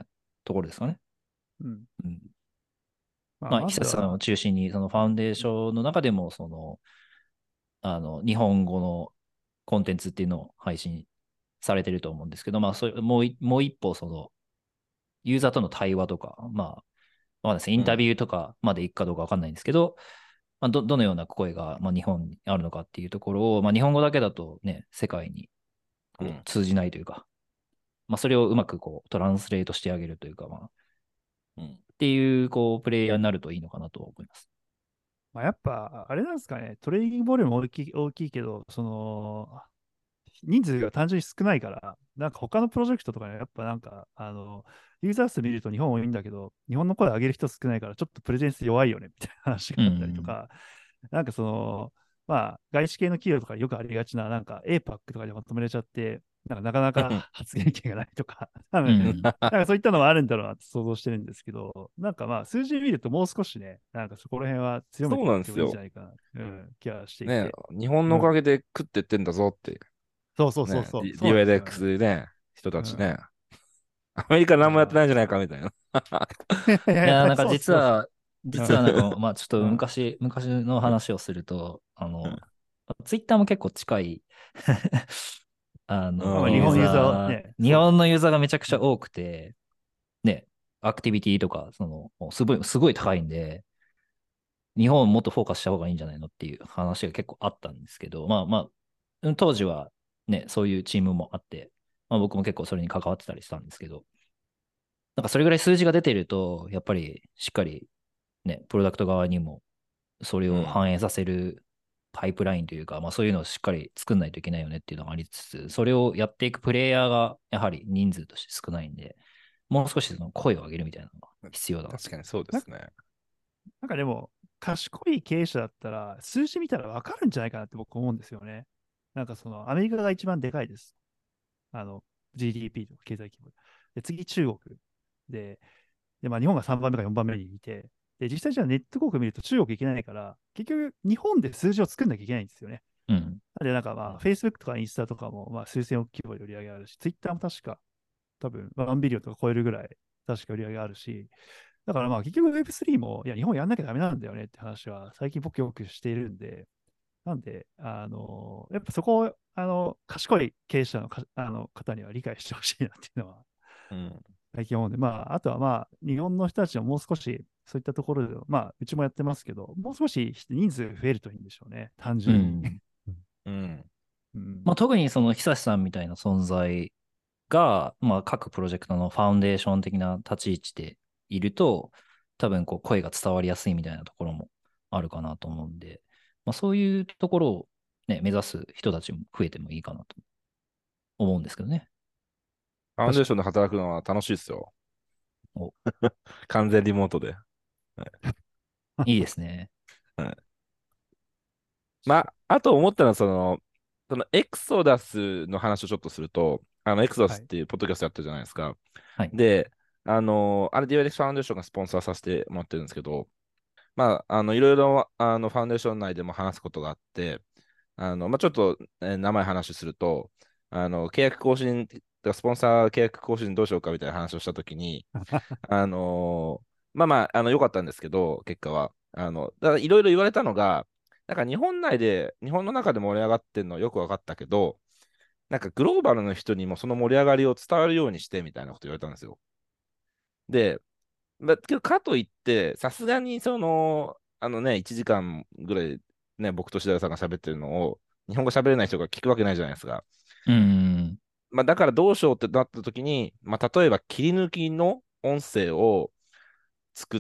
ところですかね。 うん。 うん。 まあ、 まあ、 まず久さんをは、 中心に、そのファンデーションの中でも、その、あの、日本語のコンテンツっていうのを配信されてると思うんですけど、まあ、そういう、もうい、もう一歩、その、ユーザーとの対話とか、まあ、まあですね、インタうん。 ビューとかまで行くかどうかわかんないんですけど、まあ、ど、どのような声が、まあ、日本にあるのかっていうところを、まあ、日本語だけだとね、世界にこううん。 通じないというか、まあ、それをうまくこうトランスレートしてあげるというか、まあ、っうん。 ていう、こう、プレイヤーになるといいのかなと思います。 まあ、やっぱ、あれなんですかね、トレーニングボリューム大きい、大きいけど、その、人数が単純に少ないから、なんか他のプロジェクトとかね、やっぱなんか、あの、ユーザー数見ると日本多いんだけど、日本の声上げる人少ないから、ちょっとプレゼンス弱いよね、みたいな話うがあったりとん。 か、なんかその、まあ、外資系の企業とかよくありがちな、なんか エーパック とかでまとめられちゃって、なんかなかなか発言権がないとか、多分、 うん。 なんかそういったのもあるんだろうなって想像してるんですけど、なんかまあ、数字見るともう少しね、なんかそこら辺は強めそうていってもいいんじゃなんですよ。 ないかな、うん、気がしていね、 て。 日本うん。 のおかげで食ってってんだぞって。 そうそうそうね、 そう、 D- そうなんですよディーワイディーエックスね。 でね、人うん。 たちね。アメリカ何もやっていやないんじゃないかみたいな。 ー、いやいや、 いや、なんかそうそうそ実は、 う。うん。 実はなんか、まあちょっとうん。 昔、昔の話をすると、あの、 うん。 ツイッターも結構近いあうまあまの、 あ、日ユー本ユーザーはザね、 ー、日そう。 本のユーザーがめちゃくちうん。 ゃ多くて、ね、アクティビティとか、その、もうすごい、すごい高いんで、日本をもっとフォーカスした方がいいんじゃないのっていう話が結構あったんですけど、まあまあ、当時はね、そういうチームもあって、まあ僕も結構それに関わってたりしたんですけど、なんかそれぐらい数字が出てると、やっぱりしっかりね、プロダクト側にもそれをうん。 反映させるパイプラインというか、まあそういうのをしっかり作んないといけないよねっていうのがありつつ、それをやっていくプレイヤーがやはり人数として少ないんで、もう少しその声を上げるみたいなのが必要だなと。 確かにそうでな、 すね。 なんかでも、賢い経営者だったら、数字見たら分かるんじゃないかなって僕思うんですよね。なんかその、アメリカが一番でかいです。あの、ジーディーピー とか経済規模で。で、次中国で、で、まあ日本がさんばんめかよんばんめにいて、で、実際じゃあネット広告見ると中国行けないから、結局日本で数字を作んなきゃいけないんですよね。 うん。 なんでなんかまあ、 うん。 Facebook とかインスタとかも、まあ数千億規模で売り上げあるし、Twitter も確か多分ワンビリオンとか超えるぐらい確か売り上げあるし、だからまあ結局 ウェブスリー も、いや、日本やんなきゃダメなんだよねって話は最近僕よくしているんで、なんで、あの、やっぱそこを、あの、賢い経営者のかあの方には理解してほしいなっていうのはうん。 最近思うんで、まあ、あとはまあ、日本の人たちはもう少し、そういったところで、まあ、うちもやってますけど、もう少し人数増えるといいんでしょうね、単う純に。 ん。 うん。 うん。 まあ特にその久志さんみたいな存在が、まあ各プロジェクトのファウンデーション的な立ち位置でいると、多分こう声が伝わりやすいみたいなところもあるかなと思うんで、まあそういうところをね、目指す人たちも増えてもいいかなと思うんですけどね。 ファンデー確かに。 ションで働くのは楽しいですよ。 お、 完全リモートで。はい。 いいですね。 はい。まあ、あと思ったのは、その、そのエクソダスの話をちょっとすると、あの、エクソダはい。 スっていうポッドキャストやってるじゃないですか。 はい。 で、あの、あれ、ディベレクスファウンデーションがスポンサーさせてもらってるんですけど、まあ、あの、いろいろ、あの、ファウンデーション内でも話すことがあって、あの、まあ、ちょっと、えー名前話すると、あの、契約更新、スポンサー契約更新どうしようかみたいな話をしたときに、あのーまあまあ、あの、良かったんですけど、結果は。あの、だからいろいろ言われたのが、なんか日本内で、日本の中で盛り上がってるのはよく分かったけど、なんかグローバルの人にもその盛り上がりを伝わるようにしてみたいなこと言われたんですよ。で、まあ、けどかといって、さすがにその、あのね、いちじかんぐらいね、僕と志田さんが喋ってるのを、日本語喋れない人が聞くわけないじゃないですか。 うん。 まあ、だからどうしようってなった時に、まあ、例えば切り抜きの音声を作って、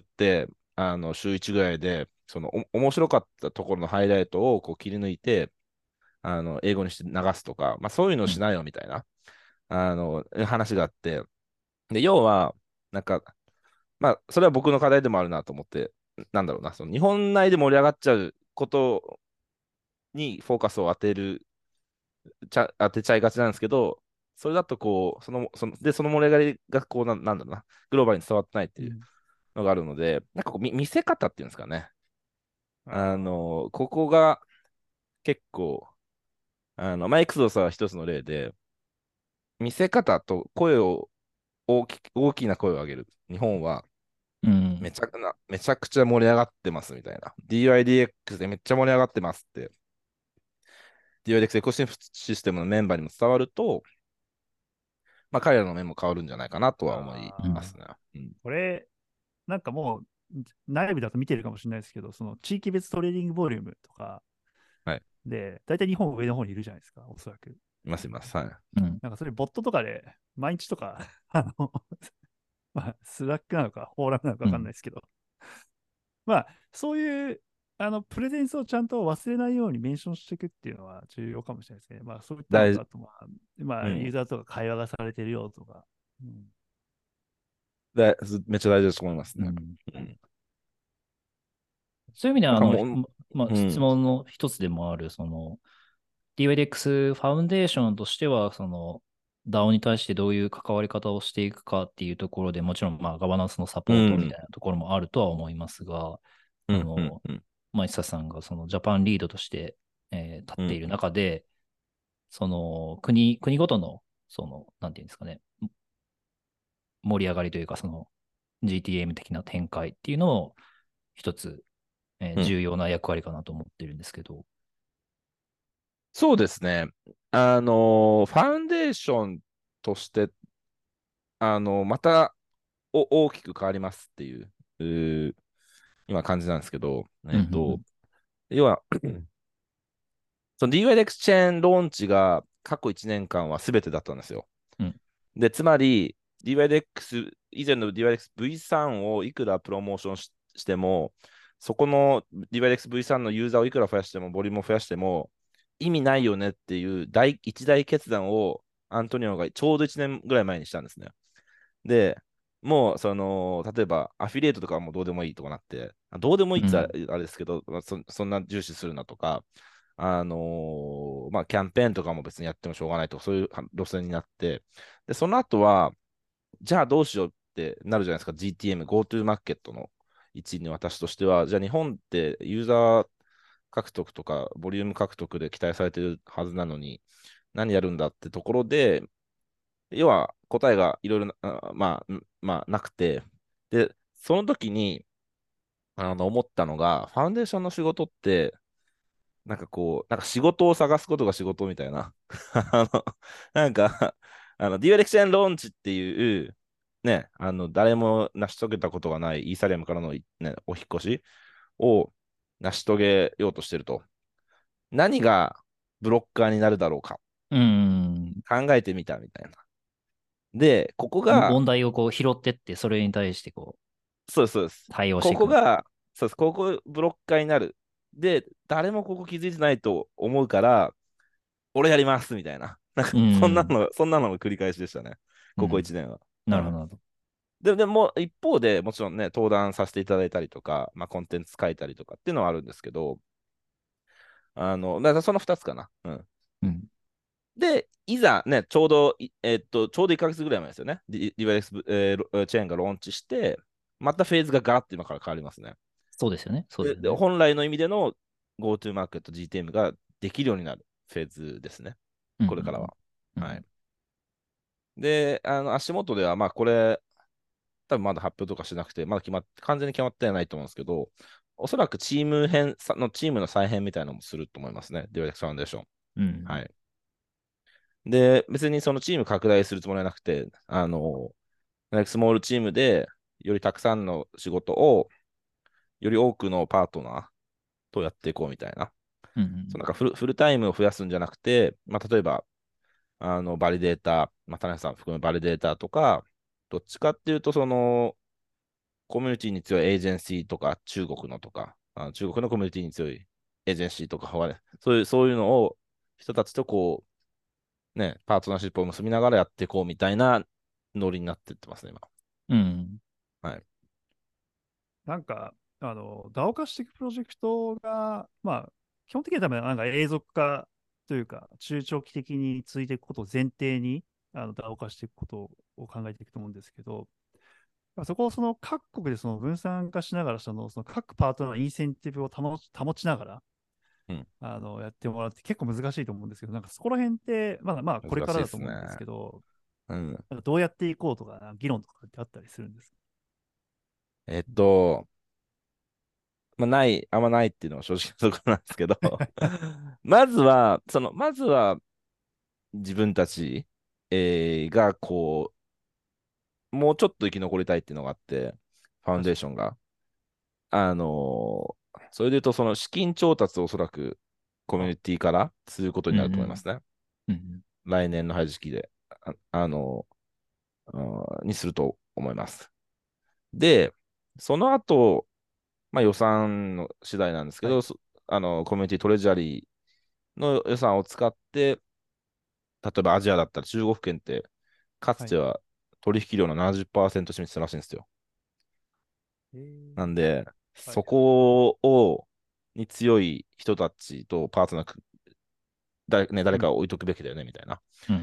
あの、週いちぐらいで、その、お面白かったところのハイライトをこう切り抜いて、あの、英語にして流すとか、まあ、そういうのをうん。 しないよみたいな、あの、話があって、で、要は、なんか、まあ、それは僕の課題でもあるなと思って、なんだろうな、その日本内で盛り上がっちゃうことにフォーカスを当てる、ちゃ、当てちゃいがちなんですけど、それだとこう、その、その、で、その盛り上がりがこう、なん、なんだろうな、グローバルに伝わってないっていううん。 のがあるので、なんかこう、み見せ方っていうんですかね。ああの、ここが結構、あの、まあ、エクソダスは一つの例で、見せ方と声を、 大き大きな声を上げる。日本はうんめちゃくなめちゃくちゃ盛り上がってますみたいな。ディーワイディーエックス でめっちゃ盛り上がってますって、ディーワイディーエックス エコシステムのメンバーにも伝わると、まあ、彼らの目も変わるんじゃないかなとは思いうんますね。うん、 これ、なんかもう、内部だと見てるかもしれないですけど、その地域別トレーディングボリュームとかはい。 で、大体日本上の方にいるじゃないですか、おそらく。 いますいます。はい。 うんなんかそれボットとかで、毎日とか、あの、まあ、スラックなのか、フォーラムなのかわかんないですけど、まあ、そういう、あの、プレゼンスをちゃんと忘れないようにメンションしていくっていうのは重要かもしれないですね。まあ、そういったのと、 大事。 あと、まあ、まあ、ユーうん。 ザーとか会話がされてるよとか。うん、 でめっちゃ大事だと思いますね。 うんうん。 そういう意味では、あの、 なんかもままあ、質う、うん。 問の一つでもある、その、ディーワイディーエックス ファウンデーションとしては、その、ダオ に対してどういう関わり方をしていくかっていうところでもちろん、まあ、ガバナンスのサポートみうん。 たいなところもあるとは思いますが、 うん。うん。 あの、 うん。 まあ、石田さんがそのジャパンリードとして、えー立っている中で、その国、国ごとの、その、なんていうんですかね、盛り上がりというか、その ジーティーエム 的な展開っていうのを一つ、えーうん。 重要な役割かなと思ってるんですけど。 そうですね。あの、ファウンデーションとして、あの、またお大きく変わりますっていう、うー今感じなんですけど、 うんうえっと、 ん要は、その ディーワイディーエックス チェーンローンチが過去いちねんかんは全てだったんですよ。 うん。 で、つまり、ディーワイディーエックス、以前の ディーワイディーエックスブイスリー をいくらプロモーションし、しても、そこの ディーワイディーエックスブイスリー のユーザーをいくら増やしても、ボリュームを増やしても、意味ないよねっていう大一大決断をアントニオがちょうどいちねんぐらい前にしたんですね。で、もう、その、例えば、アフィリエイトとかはもうどうでもいいとかなって、どうでもいいってあうんれあれですけど、まあそ、そんな重視するなとか、あのーまあ、キャンペーンとかも別にやってもしょうがないとか、そういう路線になって、で、その後は、じゃあどうしようってなるじゃないですか、ジーティーエム、GoTo マーケットの一員に私としては、じゃあ日本ってユーザー獲得とか、ボリューム獲得で期待されてるはずなのに、何やるんだってところで、要は答えがいろいろな、あまあ、んまあ、なくて、で、その時に、あの、思ったのが、ファウンデーションの仕事って、なんかこう、なんか仕事を探すことが仕事みたいな。あの、なんか、あの、デュアレクションローンチっていう、ね、あの、誰も成し遂げたことがないイーサリアムからの、ね、お引っ越しを成し遂げようとしてると。何がブロッカーになるだろうか。 うん。 考えてみたみたいな。で、ここもが、 問題をこう拾ってって、それに対してこうそうです、そうです。 対応していく。 ここが、そうです。ここブロッカーになる。で、誰もここ気づいてないと思うから、俺やりますみたいな。なんか、 うん。 そんなの、そんなのの繰り返しでしたね。ここうん。 いちねんは。うん。 なるほど、なるほど。 で、でも、一方でもちろんね、登壇させていただいたりとか、まあ、コンテンツ書いたりとかっていうのはあるんですけど、あの、だからそのふたつかな。うん。 うん。 で、いざね、ちょうど、いえっと、ちょうどいっかげつぐらい前ですよね。ディディバイス、えーロチェーンがローンチして、またフェーズがガラッと今から変わりますね。 そうですよね。そうでで、 すよね。 で本来の意味での GoTo マーケット ジーティーエム ができるようになるフェーズですね。 うん。 これからは。 うん。うはい。 ん。 で、あの足元では、まあ、これ、多分まだ発表とかしなくて、まだ決まっ完全に決まってはないと思うんですけど、おそらくチーム編さのチームの再編みたいなのもすると思いますね。デュアレクスファウンデーション。 うん。 はい。で、別にそのチーム拡大するつもりはなくて、あの、スモールチームでよりたくさんの仕事をより多くのパートナーとやっていこうみたいな。 うん。 そうなんかフルフルタイムを増やすんじゃなくて、まあ、例えば、あの、バリデータ、まあ、田中さん含めバリデータとか、どっちかっていうと、その、コミュニティに強いエージェンシーとか、中国のとか、あの中国のコミュニティに強いエージェンシーとかはね、そういう、そういうのを人たちとこう、ね、パートナーシップを結びながらやっていこうみたいなノリになってってますね、今。 うん。 はい。 なんか、あの、ダオ化していくプロジェクトが、まあ、基本的には多分なんか永続化というか、中長期的に続いていくことを前提に、あの、ダオ化していくことを考えていくと思うんですけど、まあそこをその各国でその分散化しながら、その、その各パートナーのインセンティブを保ち保ちながら、 うん。 あの、やってもらって結構難しいと思うんですけど、なんかそこら辺って、まだまあこれから難しいですね。 だと思うんですけど、 うん。 なんかどうやっていこうとか、議論とかってあったりするんですか？ えっと、まあ、ない、あんまないっていうのは正直なところなんですけど、まずは、その、まずは自分たち、えーが、こう、もうちょっと生き残りたいっていうのがあって、ファウンデー確かションが。あのーそれで言うと、その資金調達をおそらくコミュあ、 ニティからすることになると思いますね。 うん。 来年の配時期で、あ、あのーうんにすると思います。で、その後、まあ予算の次第なんですけど、 はい。 そあの、コミュニティトレジャリーの予算を使って、例えばアジアだったら中国圏って、かつはい。 ては取引量のななじゅっパーセント占めてたらしいんですよ。 えー、 なんで、そはい。 こを、に強い人たちとパートナーく、誰、ね、誰うん。 かを置いとくべきだよね、みたいなうん。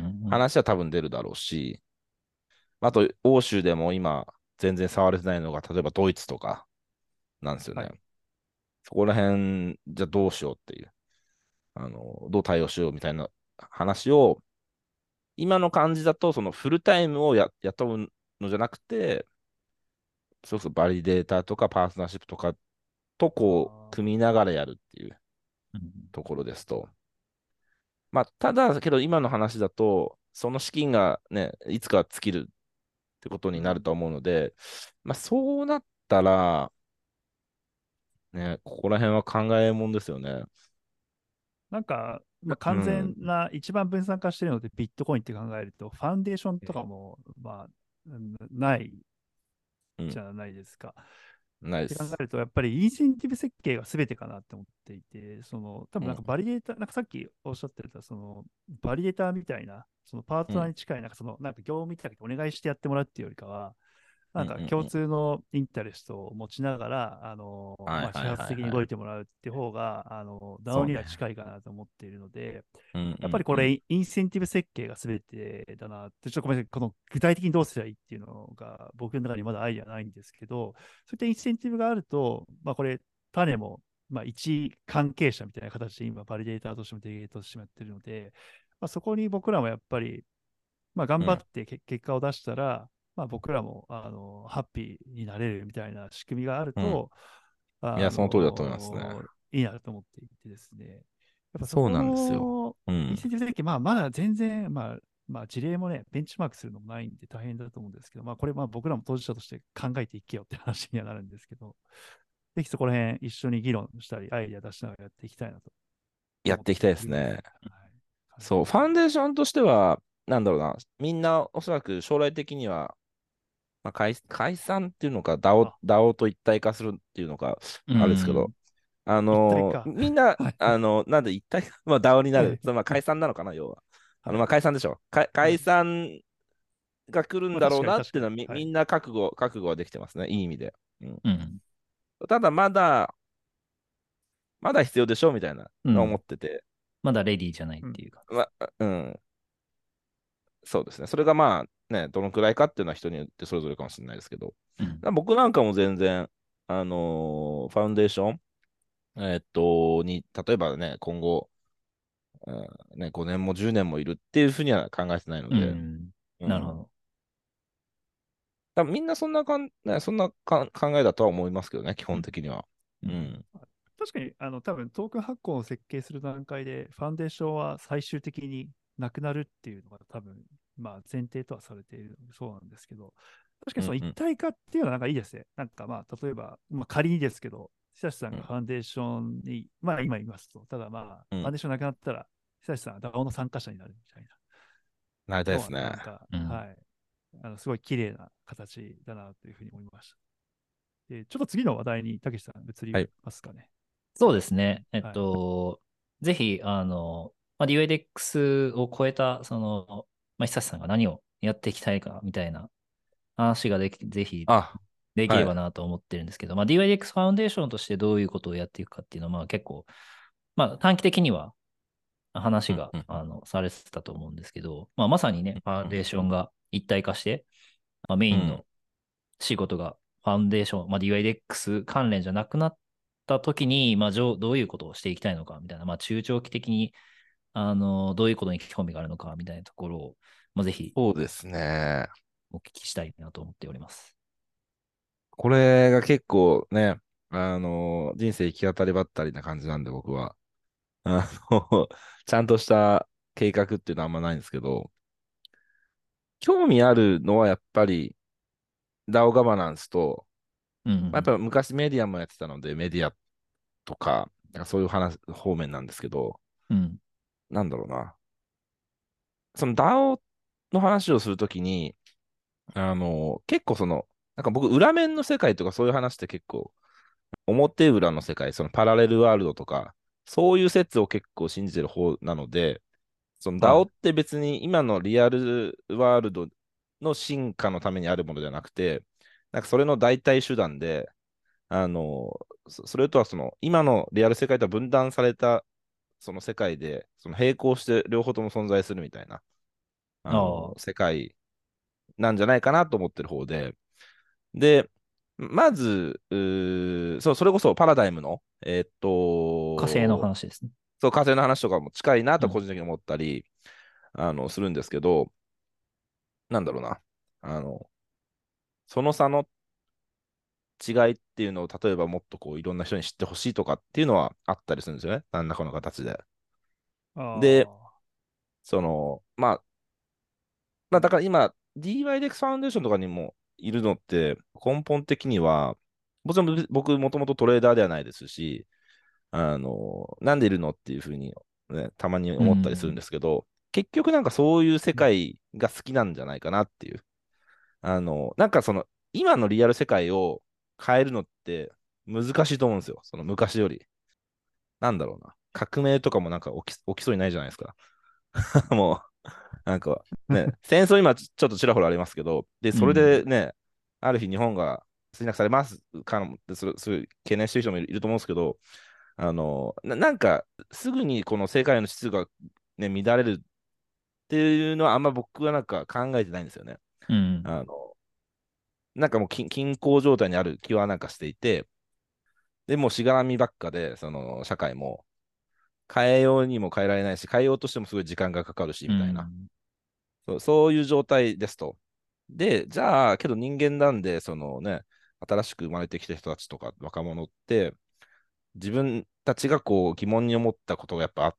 話は多分出るだろうし、あと、欧州でも今、全然触れてないのが、例えばドイツとかなんですよね。 はい。 そこら辺、じゃあどうしようっていう、あの、どう対応しようみたいな話を、今の感じだと、そのフルタイムをや雇うのじゃなくて、それこそバリデーターとかパートナーシップとかとこう、 あ組みながらやるっていううん。 ところですと。まあ、ただ、けど今の話だと、その資金がね、いつか尽きるってことー、うになるとん。 思うので、まあ、そうなったら、ね、ここら辺は考えもんですよね。 なんか、まあ、 う完全ん。 な、一番分散化してるのでビットコインって考えると、ファンデーションとかも、まあ、うんないうん。 じゃないですか。って考ないです。 えると、やっぱりインセンティブ設計が全てかなって思っていて、その、多分なんかうん。 バリデータ、なんかさっきおっしゃってた、その、バリデータみたいな、そのパーうん。 トナーに近い、なんかその、なんか業務委託でお願いしてやってもらうっていうよりかは、 うん。 なんかうん。うん。 共通のインタレストを持ちながら、あの、まあ、 はいはい自発的にはいはい。 動いてもらうっていう方が、あの、ダオ にはそうね。 近いかなと思っているので、 うんうやっぱりんうん。 これ、インセンティブ設計が全てだなって、ちょっとごめんなさい、この具体的にどうすればいいっていうのが僕の中にまだアイデアないんですけど、そういったインセンティブがあると、まあ、これ、種も、まあ、一関係者みたいな形で今、バリデーターとしてもデリゲートとしてもやってるので、まあ、そこに僕らもやっぱり、まあ、頑うん。 張ってけ結果を出したら、まあ、僕らもあのハッピーになれるみたいな仕組みがあるうん。 と、あいや、その通りだと思いますね。 のいいなと思っていてですね。やっぱそこそうなんですよ。 のうん。 インセンティブ設計、まあ、まだ全然、まあ、まあ、事例もね、ベンチマークするのもないんで大変だと思うんですけど、まあ、これ、まあ、僕らも当事者として考えていけよって話にはなるんですけど、ぜひそこら辺一緒に議論したり、アイデア出しながらやっていきたいなと思っやっていきたいでている、 すね。 はい、感じそう、ファンですね。 デーションとしては、なんだろうな、みんなおそらく将来的には、まあ、解、解散っていうのか、ダオ、 あ、 ダオと一体化するっていうのか、 うあれですけど、 ん。 あ一体のー化。 みんな、 はい。 あのなんで一体化、まあ、ダオになる。 はい。 そのまあ解散なのかな、要は。あの、まあ、 はい。 解散でしょ。か解はい。 散が来るんまあ、確だろうなっかに確かに。 ていうのはみ、 はい。 みんな覚悟、覚悟はできてますね。いい意味で。うん。 うん。 ただ、まだ、まだ必要でしょみたいなのを思うん。 ってて。 まだレディーじゃないっうん。 ていう感じです。 まあ、うん。そうですね。それがまあ、ね、どのくらいかっていうのは人によってそれぞれかもしれないですけど、 うん。 僕なんかも全然、あのーファウンデーション、えーっと、に、例えばね、今後、うんね、ごねんもじゅうねんもいるっていうふうには考えてないのうで、 ん。 うん。 なるほど。 多分みんなそんなかん、ね、そんなかん考えだとは思いますけどね、基うん。 本的には。 うん。 うん。 確かに、あの、多分トークン発行を設計する段階で、ファンデーションは最終的になくなるっていうのが多分、まあ前提とはされているのでそうなんですけど、確かにその一うんうん。 体化っていうのはなんかいいですね。なんかまあ、例えば、まあ仮にですけど、久志さんうんがファンデーションに、まあ今いますと、ただまあ、 うん。 ファンデーションなくなったら、久志さんはダオの参加者になるみたいななりたいでのは、 すね。 なんか、 うん。 はい、あのすごい綺麗な形だなというふうに思いました。で、ちょっと次の話題に、たけしさん移りはい。 ますかね。 そうですね。えっはい。 と、ぜひ、あの、まあ、ディーワイディーエックス を超えた、その、まあ、久志さんが何をやっていきたいかみたいな話ができ、ぜひあ、 できればはい。 なと思ってるんですけど、まあ、ディーワイディーエックス ファウンデーションとしてどういうことをやっていくかっていうのは、まあ、結構、まあ、短期的には話が、 うんうんあの、されてたと思うんですけど、まあ、まさにね、ファウンデーションが一体化して、まあ、メうん。 インの仕事がファウンデーション、まあ、ディーワイディーエックス 関連じゃなくなった時に、まあ、どういうことをしていきたいのかみたいな、まあ、中長期的にあのどういうことに興味があるのかみたいなところを、 まあ、ぜひそうですね。 お聞きしたいなと思っております。 これが結構ね、あの、人生行き当たりばったりな感じなんで、僕は。あの、ちゃんとした計画っていうのはあんまないんですけど、興味あるのはやっぱり ダオ ガバナンスと、 うんうまあやっんぱ昔メディアもやってたので、メディアとか、なんかそういう話、方面なんですけど、 うん。 なんだろうな。その ダオ の話をするときに、あの、結構その、なんか僕、裏面の世界とかそういう話って結構、表裏の世界、そのパラレルワールドとか、そういう説を結構信じてる方なので、その ダオはい。 って別に今のリアルワールドの進化のためにあるものじゃなくて、なんかそれの代替手段で、あの、そそれとはその、今のリアル世界とは分断されたその世界で、その並行して両方とも存在するみたいな、あの、 ああ、 世界なんじゃないかなと思ってる方で、で、まず、うーそう、それこそパラダイムの、えーっ火星のと、 話ですね。 そう、火星の話とかも近いなうん。 と個人的に思ったり、あの、するんですけど、なんだろうな。あの、その差の違いっていうのを、例えばもっとこう、いろんな人に知ってほしいとかっていうのはあったりするんですよね。何らかの形で。で、 あその、まあ、まあ、だから今、ディーワイディーエックス ファウンデーションとかにもいるのって、根本的には、もちろん僕、もともとトレーダーではないですし、あの、なんでいるのっていうふうに、ね、たまにう思ったりするんん。 ですけど、結局なんかそういう世界が好きなんじゃないかなっていう。あの、なんかその、今のリアル世界を変えるのって難しいと思うんですよ。その昔より。なんだろうな。革命とかもなんか起き、起きそうにないじゃないですか。もう、なんかね、戦争今ちちょっとちらほらありますけど、で、それうん。 でね、ある日日本が侵略されますかの、それ、そういう懸念してる人もいると思うんですけど、あの、な、なんか、すぐにこの世界の秩序が、ね、乱れるっていうのはあんま僕はなんか考えてないんですよね。 うん。 あの、なんかもう均均衡状態にある気はなんかしていて、でもうしがらみばっかで、その社会も変えようにも変えられないし、変えようとしてもすごい時間がかかるし、 うみたいな。 ん。 そう、そういう状態ですと。で、じゃあ、けど人間なんで、そのね、新しく生まれてきた人たちとか若者って、自分たちがこう疑問に思ったことがやっぱあって、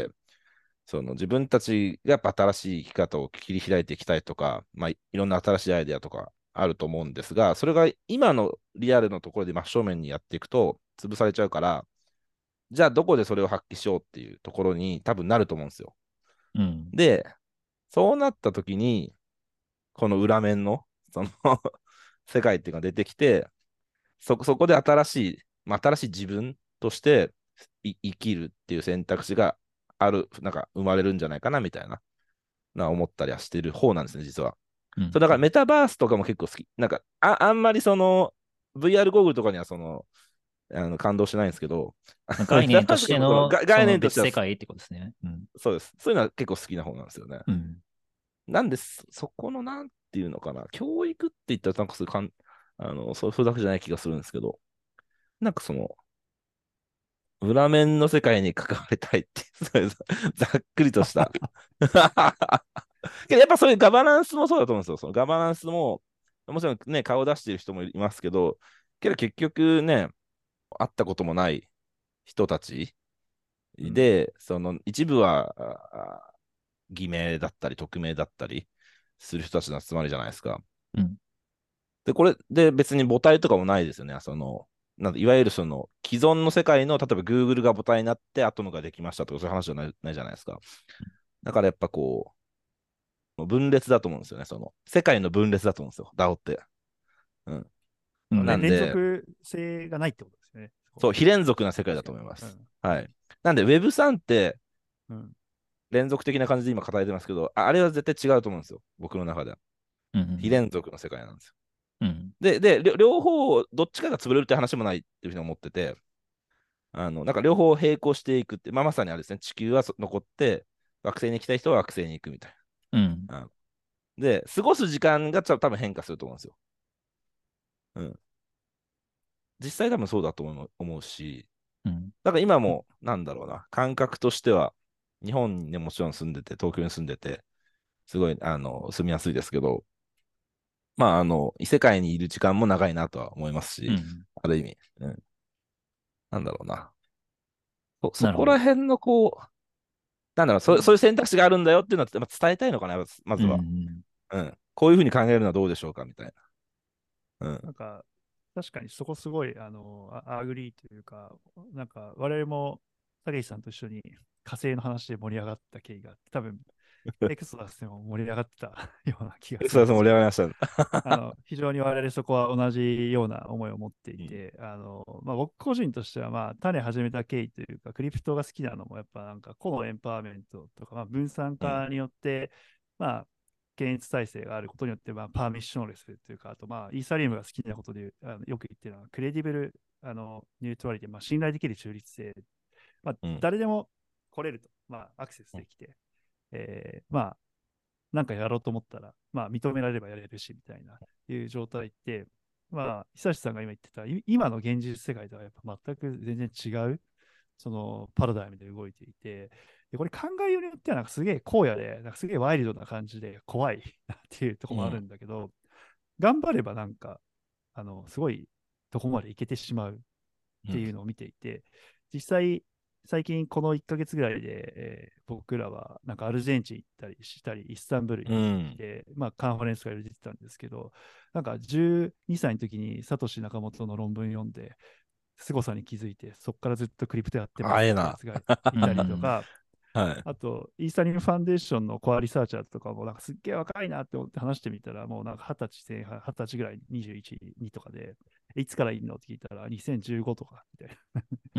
その自分たちがやっぱ新しい生き方を切り開いていきたいとか、まあ、いいろんな新しいアイデアとかあると思うんですが、それが今のリアルのところで真正面にやっていくと潰されちゃうから、じゃあどこでそれを発揮しようっていうところに多分なると思うんですよ。 うん。 で、そうなった時に、この裏面の、その世界っていうのが出てきて、そ、そこで新しい、まあ、新しい自分としてい生きるっていう選択肢がある、なんか生まれるんじゃないかなみたいな、な思ったりはしてる方なんですね、実は。そう、 うん。 だからメタバースとかも結構好き。なんか、あ、あんまりその、ブイアール ゴーグルとかにはその、あの感動してないんですけど、メタ概念としバースとかもそのての、 が概その念としては、 別世界ってことですね。うん。 そうです。そういうのは結構好きな方なんですよね。 うん。 なんで、そそこのなんていうのかな、教育って言ったらなんかそういうかん、あの、そういうだけじゃない気がするんですけど、なんかその、裏面の世界に関わりたいっていう、そういうざっくりとした。けどやっぱそういうガバナンスもそうだと思うんですよ。そのガバナンスも、もちろんね、顔を出している人もいますけど、けど結局ね、会ったこともない人たちうん。 で、その一部はあ偽名だったり、匿名だったりする人たちの集まりじゃないですか。 うん。 で、これで別に母体とかもないですよね。その、なんだいわゆるその既存の世界の、例えば Google が母体になって後のができましたとかそういう話じゃない、ないじゃないですか。だからやっぱこう、分裂だと思うんですよね。その、世界の分裂だと思うんですよ。ダオって。うん。 うん。 まあれ連なんで、 続性がないってことですよね。そこそう、非連続な世界だと確かに。 思います。 うん。 はい。なんで ウェブスリー ってうん。 連続的な感じで今語れてますけど、ああれは絶対違うと思うんですよ。僕の中では。 うん。 非連続の世界なんですよ。 うん。 で、で、両両方、どっちかが潰れるって話もないっていうふうに思ってて、あの、なんか両方並行していくって、まあ、まさにあれですね、地球はそ残って、惑星に行きたい人は惑星に行くみたいうん。 な。うんで、過ごす時間がちょ多分変化すると思うんですよ。うん。実際多分そうだと思う思うし、 うん。 だから今も、なんだろうな、感覚としては、日本にね、もちろん住んでて、東京に住んでて、 すごい、あの、住みやすいですけど、まあ、あの、異世界にいる時間も長いなとは思いますし、 うん。 ある意味、うん、なんだろうな。そ、そなるほど。 こら辺のこう、なんだろう、そ、そういう選択肢があるんだよっていうのはやっぱ伝えたいのかな、まうんうずは。 ん。 うん。こういうふうに考えるのはどうでしょうか、みたいな。うん。 なんか、確かにそこすごい、あの、あアグリーというか、なんか、我々も、たけしさんと一緒に火星の話で盛り上がった経緯があって、多分、エクソダスでも盛り上がったような気がすそれは盛るんですけど、 り上がりましたね。 あの、非常に我々そこは同じような思いを持っていうん。 て、あの、まあ、僕個人としては、まあ、種始めた経緯というか、クリプトが好きなのも、やっぱなんか、個のエンパワーメントとか、まあ、分散うん。 化によって、まあ、検閲体制があることによって、まあ、パーミッションレスというか、あと、まあ、イーサリアムが好きなことであのよく言ってるのは、クレディブル、あの、ニュートラリティ、まあ、信頼できる中立性、まあ、 うん。 誰でも来れると、まあ、アクセスできて、えーまあ、なんかやろうと思ったら、まあ、認められればやれるし、みたいな、いう状態って、まあ、久志さんが今言ってた、い今の現実世界とはやっぱ全く全然違う、そのパラダイムで動いていて、でこれ考えようによってはなんかすげえ荒野で、なんかすげえワイルドな感じで怖いなっていうところもあるうん。 んだけど、頑張ればなんか、あの、すごいとこまで行けてしまうっていうのを見ていて、実際、最近このいっかげつぐらいで、えー僕らはなんかアルゼンチン行ったりしたり、イスタンブールうん。 行って、まあカンファレンス会で出てたんですけど、なんかじゅうにさいの時にサトシ・ナカモトの論文読んで、凄さに気づいて、そこからずっとクリプトやってまあええな。 すってやつがいたりとうんか、 はい。 あと、イーサリアムファンデーションのコアリサーチャーとかも、なんかすっげえ若いなって思って話してみたら、もうなんかはたち前半、はたちぐらい、にじゅういち、にとかで、いつからいいのって聞いたら、にせんじゅうごとか、みたいな。 うん。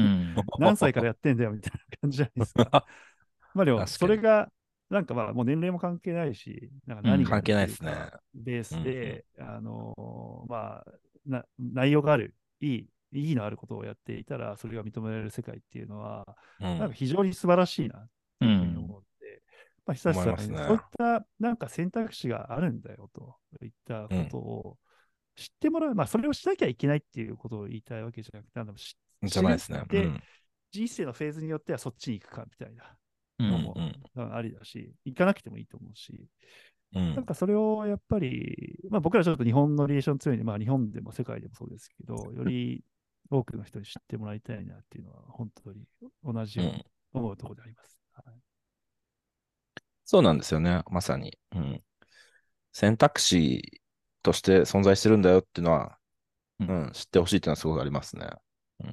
何歳からやってんだよ、みたいな感じじゃないですか。まあでも、 確かに。 それが、なんかまあ、もう年齢も関係ないし、なんかうん。 何がやり関係ないですね。 たいか、ベーうん。 スで、あのーまあな、内容がある、いい、意義のあることをやっていたら、それが認められる世界っていうのは、 うん。うん。 なんか非常に素晴らしいなっていうふうにうん。 思って、まあ、久志思いさんが言うそういますね。 ったなんか選択肢があるんだよといったうん。 ことを知ってもらう、まあ、それをしなきゃいけないっていうことを言いたいわけじゃなくて、あの知知るじゃないですね。うで、 ん。 人生のフェーズによってはそっちに行くかみたいなうん。 のもうん。 ありだし、行かなくてもいいと思うし、 うん。 なんかそれをやっぱり、まあ、僕らちょっと日本のリレーション強いんで、まあ、日本でも世界でもそうですけど、より多くの人に知ってもらいたいなっていうのは、本当に同じようにうん。 思うところであります。はい、 そうなんですよね。まさに。うん。選択肢として存在してるんだよっていうのは、 うん。 うん、知ってほしいっていうのはすごくありますね。うん。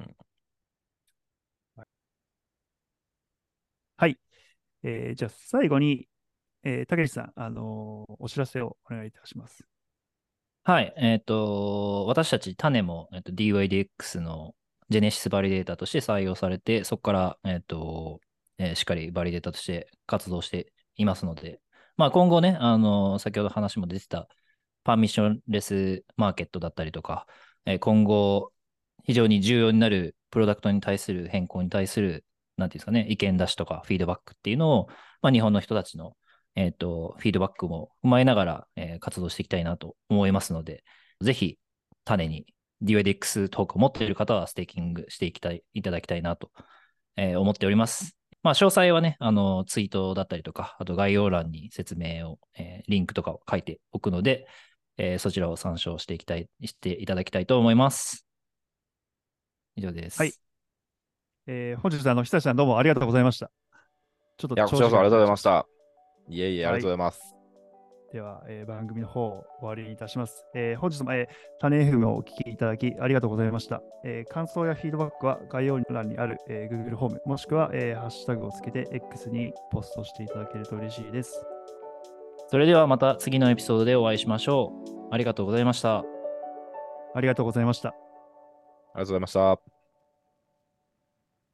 はい、えーじゃあ最後に、えー、竹内さん、あのーお知らせをお願いいたします。 はい。えっと、私たち種も、えっと、ディーワイディーエックス のジェネシスバリデータとして採用されて、そこから、えっと、えーしっかりバリデータとして活動していますので、まあ今後ね、あの、先ほど話も出てたパーミッションレスマーケットだったりとか、えー今後非常に重要になるプロダクトに対する変更に対する、なんていうんですかね、意見出しとかフィードバックっていうのを、まあ日本の人たちのえっと、フィードバックも踏まえながら、えー活動していきたいなと思いますので、ぜひ種に ディーワイディーエックス トークを持っている方はステーキングしていきたい、いただきたいなと、えー思っております。まあ、詳細はね、あの、ツイートだったりとか、あと概要欄に説明を、えーリンクとかを書いておくので、えーそちらを参照していきたい、していただきたいと思います。以上ではい、 す。 えー本日、あの、久志さんどうもありがとうございました。ちょっといや、こち長時間にらこそありがとうごなっちゃいましざいました。いえいえ、あた。はい。 りがとうございます。 では、えー番組の方を終わりにいたします。えー本日も、えー、種 エフエム をお聞きいただきありがとうございました。えー感想やフィードバックは概要欄にある、えー Google ホーム、もしくは、えーハッシュタグをつけて X にポストしていただけると嬉しいです。 それではまた次のエピソードでお会いしましょう。ありがとうございました。 ありがとうございました。 ありがとうございました。